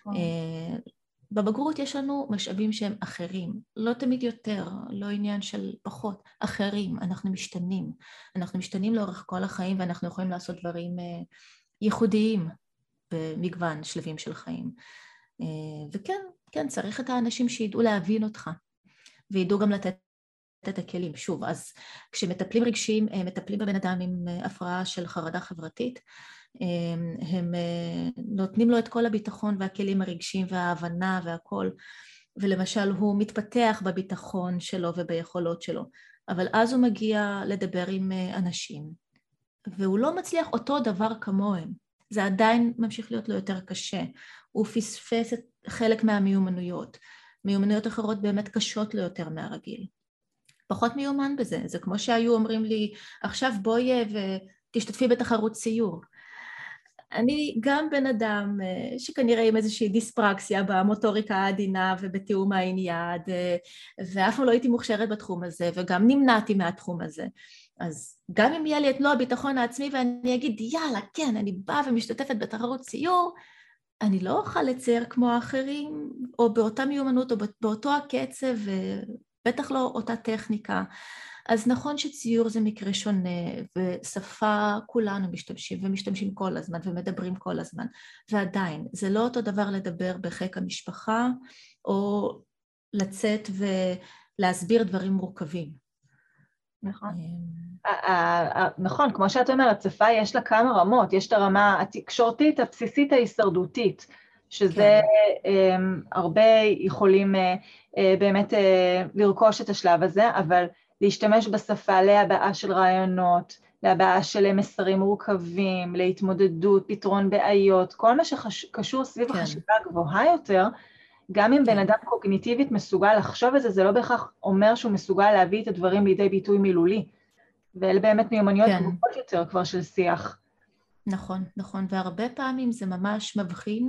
בבגרות יש לנו משאבים שהם אחרים, לא תמיד יותר, לא עניין של פחות, אחרים, אנחנו משתנים לאורך כל החיים, ואנחנו יכולים לעשות דברים ייחודיים במגוון שלבים של חיים. וכן, צריך את האנשים שידעו להבין אותך, וידעו גם לתת את הכלים. שוב, אז כשמטפלים רגשיים, מטפלים בבן אדם עם הפרעה של חרדה חברתית, הם נותנים לו את כל הביטחון והכלים הרגשיים וההבנה והכל, ולמשל הוא מתפתח בביטחון שלו וביכולות שלו, אבל אז הוא מגיע לדבר עם אנשים, והוא לא מצליח אותו דבר כמוהם, זה עדיין ממשיך להיות לו יותר קשה, הוא פספס את חלק מהמיומנויות, מיומנויות אחרות באמת קשות לו יותר מהרגיל, פחות מיומן בזה, זה כמו שהיו אומרים לי, עכשיו בואי ותשתתפי בתחרות ציור, אני גם בן אדם שכנראה עם איזושהי דיספרקסיה במוטוריקה העדינה ובתיאום העין יד, ואף פעם לא הייתי מוכשרת בתחום הזה, וגם נמנעתי מהתחום הזה. אז גם אם יהיה לי את מלוא הביטחון העצמי ואני אגיד, יאללה, כן, אני באה ומשתתפת בתחרות ציור, אני לא אוכל לצייר כמו האחרים, או באותה מיומנות, או באותו הקצב, ובטח לא אותה טכניקה. אז נכון שציור זה מקרה שונה, ושפה כולנו משתמשים, ומשתמשים כל הזמן, ומדברים כל הזמן, ועדיין, זה לא אותו דבר לדבר בחיק המשפחה, או לצאת ולהסביר דברים מורכבים. נכון. נכון, כמו שאת אומרת, שפה יש לה כמה רמות, יש את הרמה התקשורתית, הבסיסית ההישרדותית, שזה הרבה יכולים באמת לרכוש את השלב הזה, אבל להשתמש בשפה להבעה של רעיונות, להבעה של מסרים מורכבים, להתמודדות, פתרון בעיות, כל מה שקשור סביב החשיבה הגבוהה יותר, גם אם בן אדם קוגניטיבית מסוגל לחשוב את זה, זה לא בהכרח אומר שהוא מסוגל להביא את הדברים לידי ביטוי מילולי. ואלה באמת מיומנויות גבוהות יותר כבר של שיח. נכון, נכון, והרבה פעמים זה ממש מבחין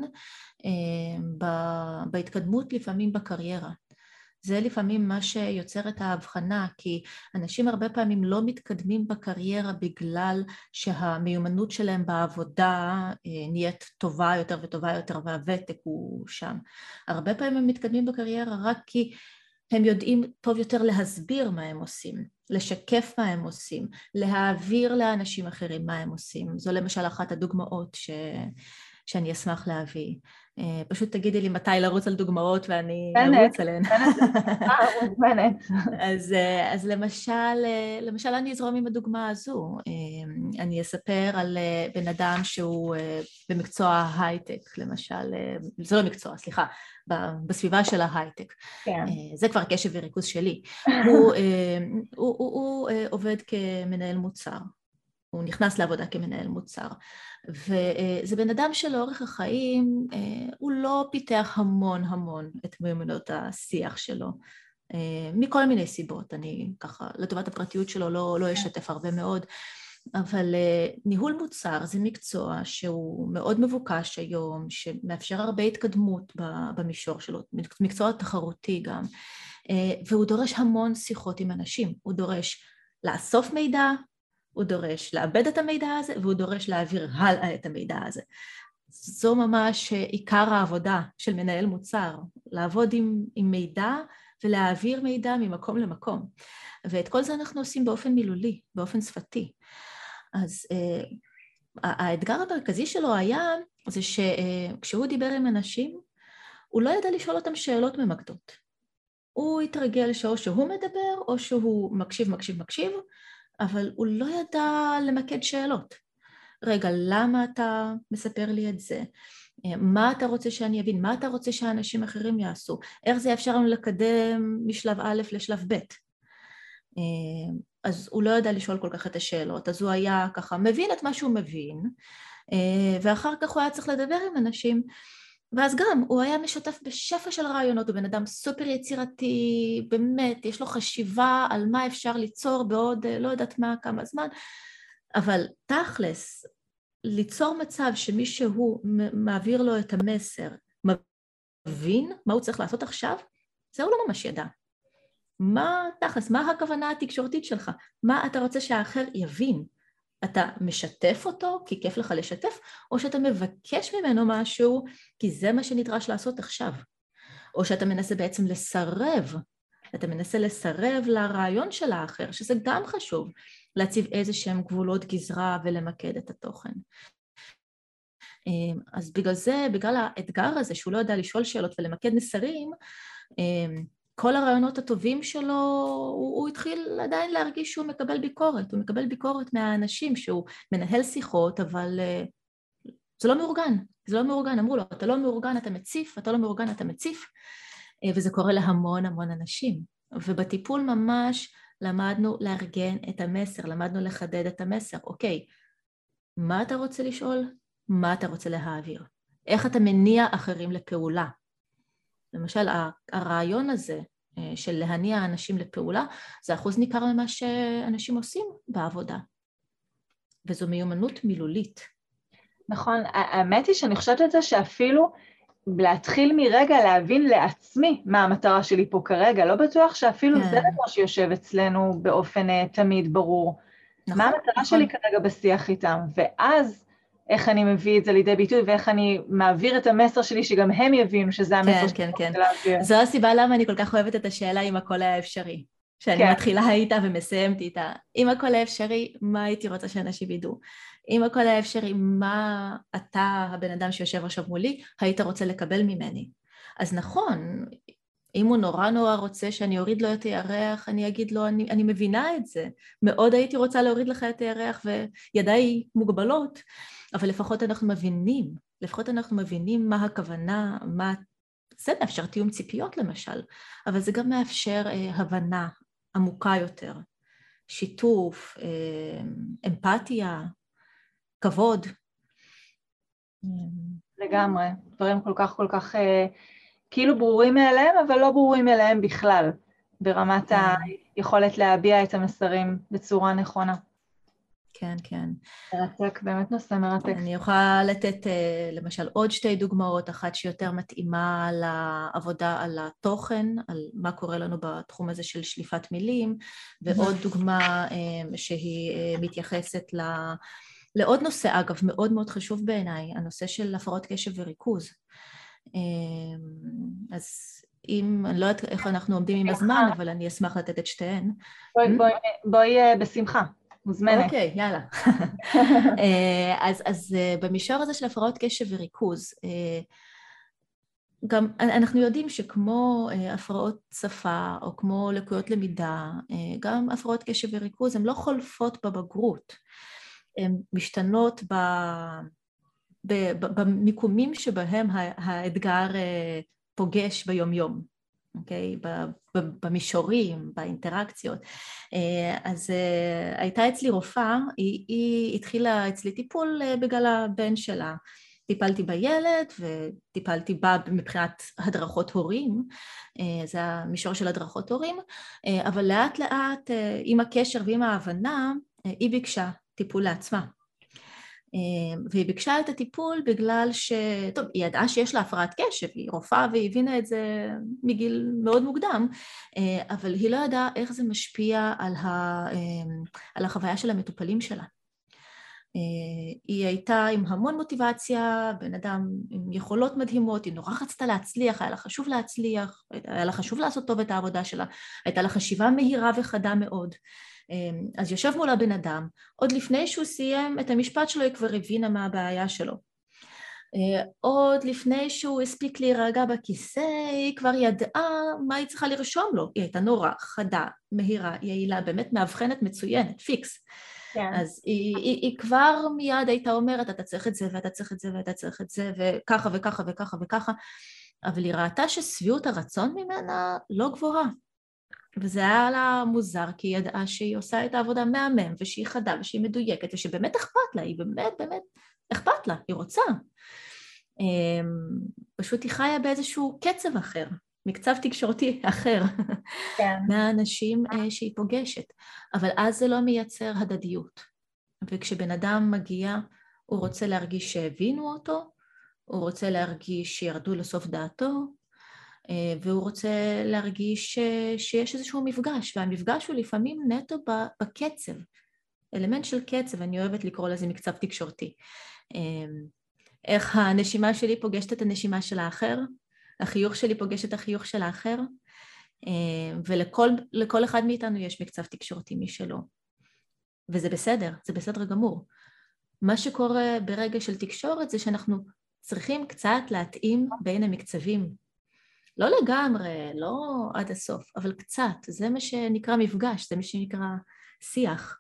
בהתקדמות לפעמים בקריירה. זה לפעמים מה שיוצר את ההבחנה, כי אנשים הרבה פעמים לא מתקדמים בקריירה בגלל שהמיומנות שלהם בעבודה נהיית טובה יותר וטובה יותר, והוותק הוא שם. הרבה פעמים הם מתקדמים בקריירה רק כי הם יודעים טוב יותר להסביר מה הם עושים, לשקף מה הם עושים, להעביר לאנשים אחרים מה הם עושים. זו למשל אחת הדוגמאות שאני אשמח להביא. פשוט תגידי לי מתי לרוץ על דוגמאות ואני ארוץ עליהן. אז למשל אני אזרום עם הדוגמה הזו. אני אספר על בן אדם שהוא במקצוע ההייטק, למשל, זה לא מקצוע, סליחה, בסביבה של ההייטק. זה כבר קשב וריכוז שלי. הוא עובד כמנהל מוצר. הוא נכנס לעבודה כמנהל מוצר, וזה בן אדם שלאורך החיים הוא לא פיתח המון את מיומנויות השיח שלו, מכל מיני סיבות. אני ככה, לטובת הפרטיות שלו לא אשתף הרבה מאוד, אבל ניהול מוצר זה מקצוע שהוא מאוד מבוקש היום, שמאפשר הרבה התקדמות במישור שלו, מקצוע תחרותי גם, והוא דורש המון שיחות עם אנשים, הוא דורש לאסוף מידע, הוא דורש לאבד את המידע הזה, והוא דורש להעביר הלאה את המידע הזה. זו ממש עיקר העבודה של מנהל מוצר, לעבוד עם מידע ולהעביר מידע ממקום למקום. ואת כל זה אנחנו עושים באופן מילולי, באופן שפתי. אז האתגר המרכזי שלו היה, זה שכשהוא דיבר עם אנשים, הוא לא ידע לשאול אותם שאלות ממקדות. הוא התרגל שאו שהוא מדבר, או שהוא מקשיב, אבל הוא לא ידע למקד שאלות. רגע, למה אתה מספר לי את זה? מה אתה רוצה שאני אבין? מה אתה רוצה שאנשים אחרים יעשו? איך זה אפשר לנו לקדם משלב א' לשלב ב'? אז הוא לא ידע לשאול כל כך את השאלות, אז הוא היה ככה מבין את מה שהוא מבין, ואחר כך הוא היה צריך לדבר עם אנשים, ואז גם הוא היה משתף בשפע של רעיונות, הוא בן אדם סופר יצירתי, באמת, יש לו חשיבה על מה אפשר ליצור בעוד לא יודעת מה, כמה זמן, אבל תכלס, ליצור מצב שמישהו מעביר לו את המסר, מבין מה הוא צריך לעשות עכשיו, זה הוא לא ממש ידע. מה תכלס, מה הכוונה התקשורתית שלך? מה אתה רוצה שהאחר יבין? אתה משתף אותו כי כיף לך לשתף, או שאתה מבקש ממנו משהו כי זה מה שנדרש לעשות עכשיו, או שאתה מנסה בעצם לסרב, אתה מנסה לסרב לרעיון של האחר, שזה גם חשוב, להציב איזה שהם גבולות גזרה ולמקד את התוכן. אז בגלל זה, בגלל האתגר הזה שהוא לא יודע לשאול שאלות ולמקד מסרים, כל הרעיונות הטובים שלו, הוא התחיל עדיין להרגיש שהוא מקבל ביקורת, הוא מקבל ביקורת מהאנשים שהוא מנהל שיחות, אבל זה לא מאורגן, זה לא מאורגן, אמרו לו, אתה לא מאורגן, אתה מציף, אתה לא מאורגן, אתה מציף, וזה קורה להמון אנשים, ובטיפול ממש למדנו לארגן את המסר, למדנו לחדד את המסר, אוקיי, מה אתה רוצה לשאול? מה אתה רוצה להעביר? איך אתה מניע אחרים לפעולה? למשל, הרעיון הזה של להניע אנשים לפעולה, זה אחוז ניכר ממה שאנשים עושים בעבודה. וזו מיומנות מילולית. נכון, האמת היא שאני חושבת את זה שאפילו להתחיל מרגע להבין לעצמי מה המטרה שלי פה כרגע, לא בטוח שאפילו זה דבר שיושב אצלנו באופן תמיד ברור. נכון, מה המטרה שלי כרגע בשיח איתם, ואז איך אני מביא את זה לידי ביטוי, ואיך אני מעביר את המסר שלי, שגם הם יבינו שזה המסר שלי. כן. זו הסיבה למה אני כל כך אוהבת את השאלה אם הכל היה אפשרי. שאני מתחילה איתה ומסיימת איתה. אם הכל האפשרי, מה הייתי רוצה שאנשים ידעו? אם הכל האפשרי, מה אתה, הבן אדם שיושב עכשיו מולי, היית רוצה לקבל ממני? אז נכון, אם הוא נורא נורא רוצה שאני אוריד לו את הירח, אני אגיד לו, אני מבינה את זה. מאוד הייתי רוצה להוריד לך את הירח, וידיי מוגבלות, אבל לפחות אנחנו מבינים מה הכוונה, זה מאפשר תיאום ציפיות למשל, אבל זה גם מאפשר הבנה עמוקה יותר, שיתוף, אמפתיה, כבוד. לגמרי, דברים כל כך כאילו ברורים מאליהם, אבל לא ברורים מאליהם בכלל, ברמת היכולת להביע את המסרים בצורה נכונה. כן, כן. מרתק, באמת נושא מרתק. אני יכולה לתת למשל עוד 2 דוגמאות, אחת שיותר מתאימה לעבודה על התוכן, על מה קורה לנו בתחום הזה של שליפת מילים, ועוד דוגמה שהיא מתייחסת לעוד נושא, אגב, מאוד מאוד חשוב בעיניי, הנושא של הפרעות קשב וריכוז. אז אני לא יודעת איך אנחנו עומדים עם הזמן, אבל אני אשמח לתת את שתיהן. בואי בשמחה. מוזמנת. אוקיי, יאללה. אז במישור הזה של הפרעות קשב וריכוז, גם אנחנו יודעים שכמו הפרעות שפה או כמו לקויות למידה, גם הפרעות קשב וריכוז הן לא חולפות בבגרות, הן משתנות במיקומים שבהם האתגר פוגש ביום-יום. אוקיי? במישורים, באינטראקציות. אז הייתה אצלי רופאה, היא התחילה אצלי טיפול בגלל הבן שלה. טיפלתי בילד וטיפלתי בה מבחינת הדרכות הורים, זה המישור של הדרכות הורים, אבל לאט לאט עם הקשר ועם ההבנה, היא ביקשה טיפול לעצמה. והיא ביקשה את הטיפול בגלל טוב, היא ידעה שיש לה הפרעת קשב, היא רופאה והיא הבינה את זה מגיל מאוד מוקדם, אבל היא לא ידעה איך זה משפיע על החוויה של המטופלים שלה. היא הייתה עם המון מוטיבציה, בן אדם עם יכולות מדהימות, היא נורא רצתה להצליח, היה לה חשוב להצליח, היה לה חשוב לעשות טוב את העבודה שלה, הייתה לה חשיבה מהירה וחדה מאוד. אז יושב מול הבן אדם, עוד לפני שהוא סיים את המשפט שלו, היא כבר הבינה מה הבעיה שלו. עוד לפני שהוא הספיק להירגע בכיסא, היא כבר ידעה מה היא צריכה לרשום לו. היא הייתה נורא חדה, מהירה, יעילה, באמת מאבחנת מצוינת, פיקס. כן. אז היא כבר מיד הייתה אומרת, אתה צריך את זה ואתה צריך את זה ואתה צריך את זה, וככה וככה וככה וככה, אבל היא ראתה ששביעות הרצון ממנה לא גבוהה. וזה היה לה מוזר, כי היא ידעה שהיא עושה את העבודה מהמם, ושהיא חדה, ושהיא מדויקת, ושבאמת אכפת לה, היא באמת אכפת לה, היא רוצה. פשוט היא חיה באיזשהו קצב אחר, מקצב תקשורתי אחר, כן. מהאנשים שהיא פוגשת. אבל אז זה לא מייצר הדדיות. וכשבן אדם מגיע, הוא רוצה להרגיש שהבינו אותו, הוא רוצה להרגיש שירדו לסוף דעתו, והוא רוצה להרגיש שיש איזשהו מפגש, והמפגש הוא לפעמים נטו בקצב, אלמנט של קצב, אני אוהבת לקרוא לזה מקצב תקשורתי. איך הנשימה שלי פוגשת את הנשימה של האחר, החיוך שלי פוגש את החיוך של האחר, ולכל אחד מאיתנו יש מקצב תקשורתי משלו. וזה בסדר, זה בסדר גמור. מה שקורה ברגע של תקשורת זה שאנחנו צריכים קצת להתאים בין המקצבים, לא לגמרי, לא עד הסוף, אבל קצת, זה מה שנקרא מפגש, זה מה שנקרא שיח.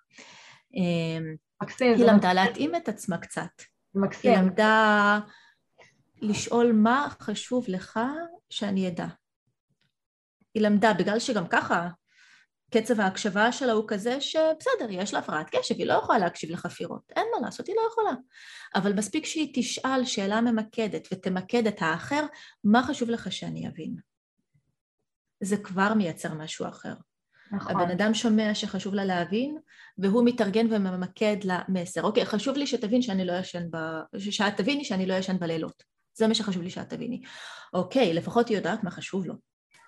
היא למדה להתאים את עצמה קצת. היא למדה לשאול מה חשוב לך שאני אדע. היא למדה, בגלל שגם ככה, קצב ההקשבה שלה הוא כזה שבסדר, יש לה הפרעת קשב, היא לא יכולה להקשיב לחפירות, אין מה לעשות, היא לא יכולה. אבל מספיק שהיא תשאל שאלה ממקדת ותמקד את האחר, מה חשוב לך שאני אבין? זה כבר מייצר משהו אחר. נכון. הבן אדם שומע שחשוב לה להבין, והוא מתארגן וממקד למסר. אוקיי, חשוב לי שתבין שאני לא ישן שאת תביני שאני לא ישן בלילות. זה מה שחשוב לי שאת תביני. אוקיי, לפחות היא יודעת מה חשוב לו.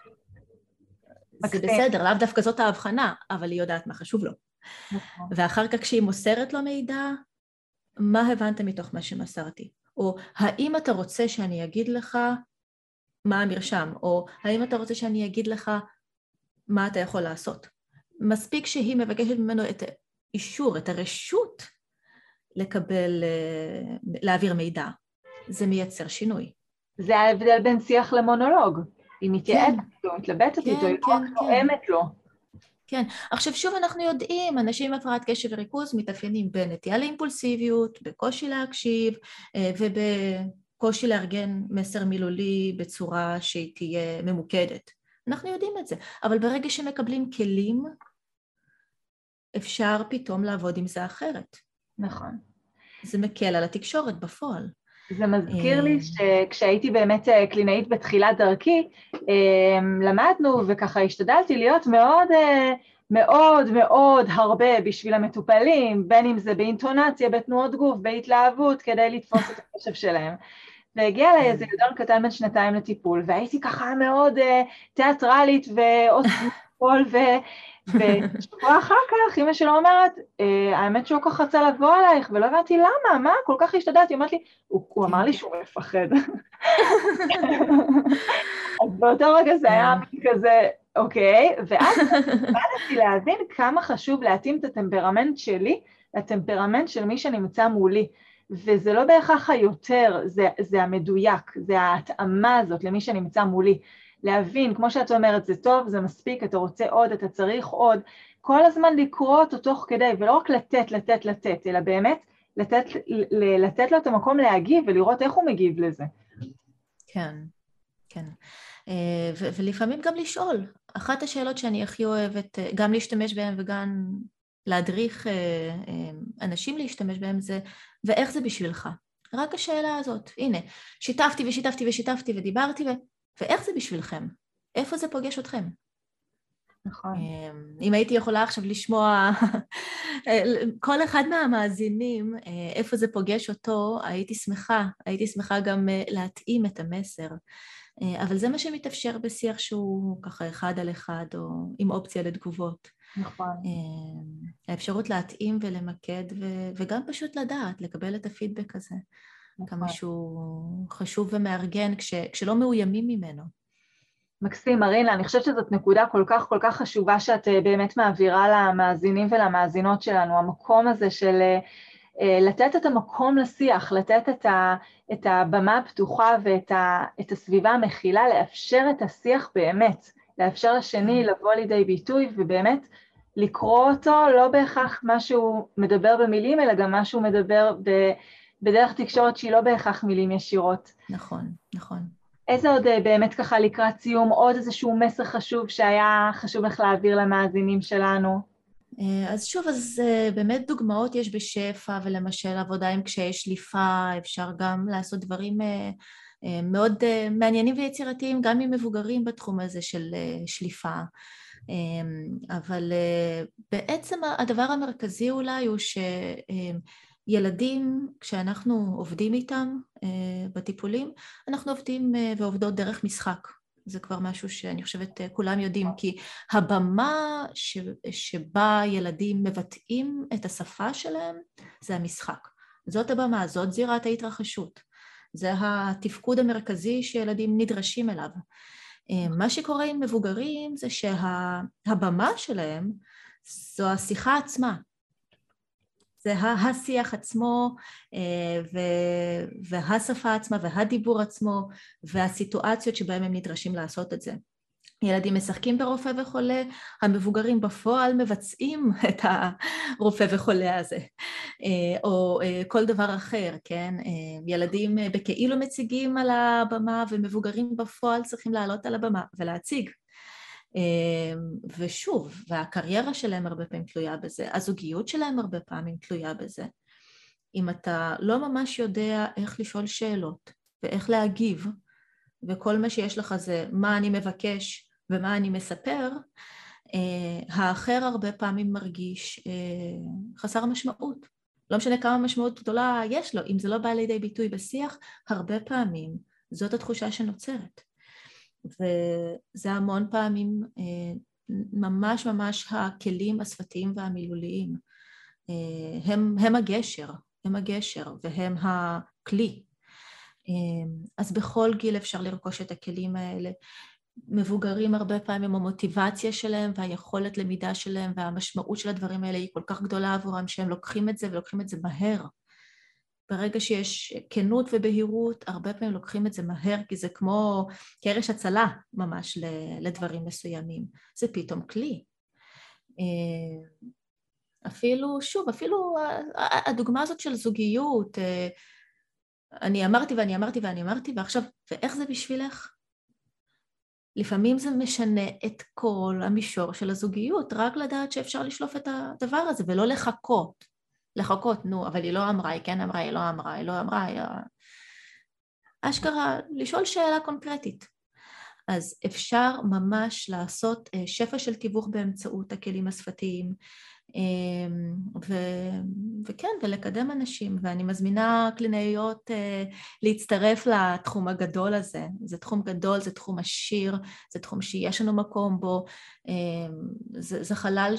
זה בסדר, לאו דווקא זאת ההבחנה, אבל היא יודעת מה חשוב לו. ואחר כך כשהיא מוסרת לו מידע, מה הבנת מתוך מה שמסרתי? או האם אתה רוצה שאני אגיד לך מה המרשם? או האם אתה רוצה שאני אגיד לך מה אתה יכול לעשות? מספיק שהיא מבקשת ממנו את האישור, את הרשות לקבל, להעביר מידע. זה מייצר שינוי. זה ההבדל בין שיח למונולוג. היא מתייעצת איתו, מתלבטת איתו, היא לא רק נואמת לו. כן, עכשיו שוב אנחנו יודעים, אנשים עם הפרעת קשב וריכוז מתאפיינים בנטייה לאימפולסיביות, בקושי להקשיב ובקושי לארגן מסר מילולי בצורה שהיא תהיה ממוקדת. אנחנו יודעים את זה, אבל ברגע שמקבלים כלים, אפשר פתאום לעבוד עם זה אחרת. נכון. זה מקל על התקשורת בפועל. זה מזכיר לי שכשהייתי באמת קלינאית בתחילת דרכי, למדנו וככה השתדלתי להיות מאוד מאוד מאוד הרבה בשביל המטופלים, בין אם זה באינטונציה, בתנועות גוף, בהתלהבות, כדי לתפוס את הקשב שלהם. והגיע אליי איזה ילדון קטן בן 2 לטיפול, והייתי ככה מאוד תיאטרלית ועושה ושבוע אחר כך, אמא שלו אומרת, האמת שהוא ככה רצה לבוא אלייך, ולא הבנתי למה, מה? כל כך השתדלתי, אמרת לי, הוא אמר לי שהוא מפחד. אז באותו רגע זה היה כזה, אוקיי, ואז באתי להבין כמה חשוב להתאים את הטמפרמנט שלי, לטמפרמנט של מי שנמצא מולי, וזה לא בהכרח היותר, זה המדויק, זה ההתאמה הזאת למי שנמצא מולי. להבין, כמו שאת אומרת, זה טוב, זה מספיק, אתה רוצה עוד, אתה צריך עוד, כל הזמן לקרוא אותו תוך כדי, ולא רק לתת, אלא באמת לתת לו את המקום להגיב ולראות איך הוא מגיב לזה. כן, כן. ולפעמים גם לשאול. אחת השאלות שאני הכי אוהבת, גם להשתמש בהן וגם להדריך אנשים להשתמש בהן זה, ואיך זה בשבילך? רק השאלה הזאת. הנה, שיתפתי ודיברתי ואיך זה בשבילכם? איפה זה פוגש אתכם? נכון. אם הייתי יכולה עכשיו לשמוע כל אחד מהמאזינים, איפה זה פוגש אותו, הייתי שמחה גם להתאים את המסר. אבל זה מה שמתאפשר בשיח שהוא ככה 1 על 1, או עם אופציה לתגובות. נכון. האפשרות להתאים ולמקד, וגם פשוט לדעת, לקבל את הפידבק הזה. כמה שהוא חשוב ומארגן כשלא מאוימים ממנו. מקסים, מרינה, אני חושבת שזאת נקודה כל כך חשובה שאת באמת מעבירה למאזינים ולמאזינות שלנו, המקום הזה של לתת את המקום לשיח, לתת את הבמה הפתוחה ואת הסביבה המכילה, לאפשר את השיח באמת, לאפשר לשני לבוא לידי ביטוי ובאמת לקרוא אותו, לא בהכרח מה שהוא מדבר במילים, אלא גם מה שהוא מדבר בדרך תקשורת שהיא לא בהכרח מילים ישירות. נכון, נכון. איזה עוד באמת ככה לקראת סיום, עוד איזשהו מסר חשוב שהיה חשוב לך להעביר למאזינים שלנו? אז שוב, באמת דוגמאות יש בשפע, ולמשל עבודה עם קשיי שליפה, אפשר גם לעשות דברים מאוד מעניינים ויצירתיים, גם עם מבוגרים בתחום הזה של שליפה. אבל בעצם הדבר המרכזי אולי הוא ילדים, כשאנחנו עובדים איתם בטיפולים, אנחנו עובדים ועובדות דרך משחק. זה כבר משהו שאני חושבת כולם יודעים, כי הבמה שבה ילדים מבטאים את השפה שלהם, זה המשחק. זאת הבמה, זאת זירת ההתרחשות. זה התפקוד המרכזי שילדים נדרשים אליו. מה שקורה עם מבוגרים זה שהבמה שלהם זו השיחה עצמה. זה השיח עצמו והשפה עצמה והדיבור עצמו והסיטואציות שבהם הם נדרשים לעשות את זה. ילדים משחקים ברופא וחולה, המבוגרים בפועל מבצעים את הרופא וחולה הזה, או כל דבר אחר, כן? ילדים בכאילו מציגים על הבמה ומבוגרים בפועל צריכים לעלות על הבמה ולהציג. ושוב, והקריירה שלהם הרבה פעמים תלויה בזה, הזוגיות שלהם הרבה פעמים תלויה בזה. אם אתה לא ממש יודע איך לשאול שאלות ואיך להגיב, וכל מה שיש לך זה מה אני מבקש ומה אני מספר, האחר הרבה פעמים מרגיש חסר משמעות. לא משנה כמה משמעות גדולה יש לו, אם זה לא בא לידי ביטוי בשיח, הרבה פעמים זאת התחושה שנוצרת. וזה המון פעמים ממש הכלים השפתיים והמילוליים. הם הגשר והם הכלי. אז בכל גיל אפשר לרכוש את הכלים האלה. מבוגרים הרבה פעמים המוטיבציה שלהם והיכולת למידה שלהם והמשמעות של הדברים האלה היא כל כך גדולה עבורם שהם לוקחים את זה ולוקחים את זה מהר. ברגע שיש כנות ובהירות, הרבה פעמים לוקחים את זה מהר, כי זה כמו קרש הצלה ממש לדברים מסוימים. זה פתאום כלי. אפילו הדוגמה הזאת של זוגיות, אני אמרתי, ועכשיו, ואיך זה בשבילך? לפעמים זה משנה את כל המישור של הזוגיות, רק לדעת שאפשר לשלוף את הדבר הזה, ולא לחכות, נו, אבל היא לא אמרה, היא כן אמרה, היא לא אמרה, אשכרה, לשאול שאלה קונקרטית. אז אפשר ממש לעשות שפע של תיווך באמצעות הכלים השפתיים, וכן, ולקדם אנשים, ואני מזמינה קלינאיות להצטרף לתחום הגדול הזה. זה תחום גדול, זה תחום עשיר, זה תחום שיש לנו מקום בו, זה חלל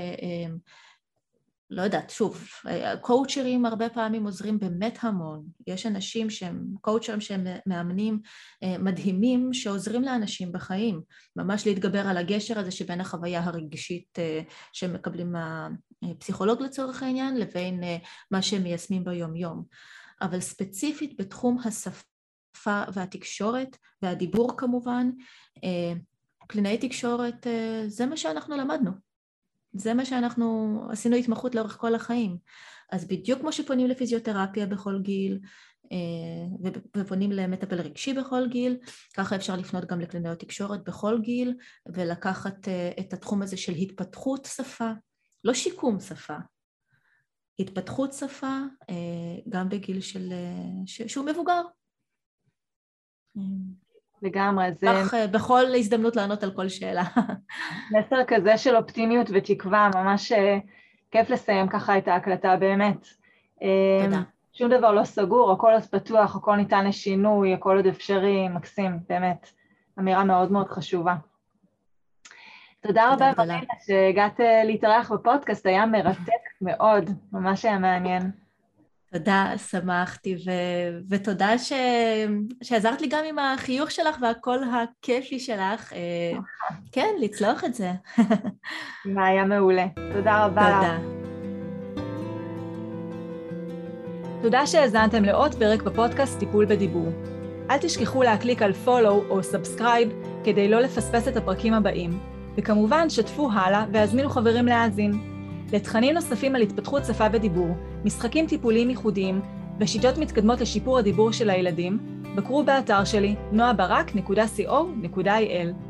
לא יודעת, שוב, קואוצ'רים הרבה פעמים עוזרים באמת המון. יש אנשים שהם קואוצ'רים שהם מאמנים מדהימים שעוזרים לאנשים בחיים, ממש להתגבר על הגשר הזה שבין החוויה הרגשית שהם מקבלים מהפסיכולוג לצורך העניין, לבין מה שהם מיישמים ביום יום. אבל ספציפית בתחום השפה והתקשורת והדיבור כמובן, קלינאי תקשורת זה מה שאנחנו למדנו. זה מה שאנחנו עשינו התמחות לאורך כל החיים. אז בדיוק כמו שפונים לפיזיותרפיה בכל גיל, ופונים למטפל רגשי בכל גיל, ככה אפשר לפנות גם לקלינאיות תקשורת בכל גיל, ולקחת את התחום הזה של התפתחות שפה, לא שיקום שפה, התפתחות שפה, גם בגיל שהוא מבוגר. לגמרי, זה... כך בכל הזדמנות לענות על כל שאלה. מסר כזה של אופטימיות ותקווה, ממש כיף לסיים ככה את ההקלטה, באמת. תודה. שום דבר לא סגור, הכל עוד פתוח, הכל ניתן לשינוי, הכל עוד אפשרי, מקסים, באמת. אמירה מאוד מאוד חשובה. תודה רבה, מרינה, שהגעת להתארח בפודקאסט, היה מרתק מאוד, ממש היה מעניין. תודה, שמחתי, ותודה שעזרת לי גם עם החיוך שלך והכל הכיפי שלך. כן, לצלוח את זה. היה מעולה. תודה רבה. תודה. תודה שהאזנתם לעוד פרק בפודקאסט טיפול בדיבור. אל תשכחו להקליק על follow או subscribe כדי לא לפספס את הפרקים הבאים. וכמובן, שתפו הלאה והזמינו חברים להאזין. לתכנים נוספים על התפתחות שפה ודיבור, משחקים טיפוליים ייחודיים ושיטות מתקדמות לשיפור הדיבור של הילדים, בקרו באתר שלי noabarak.co.il.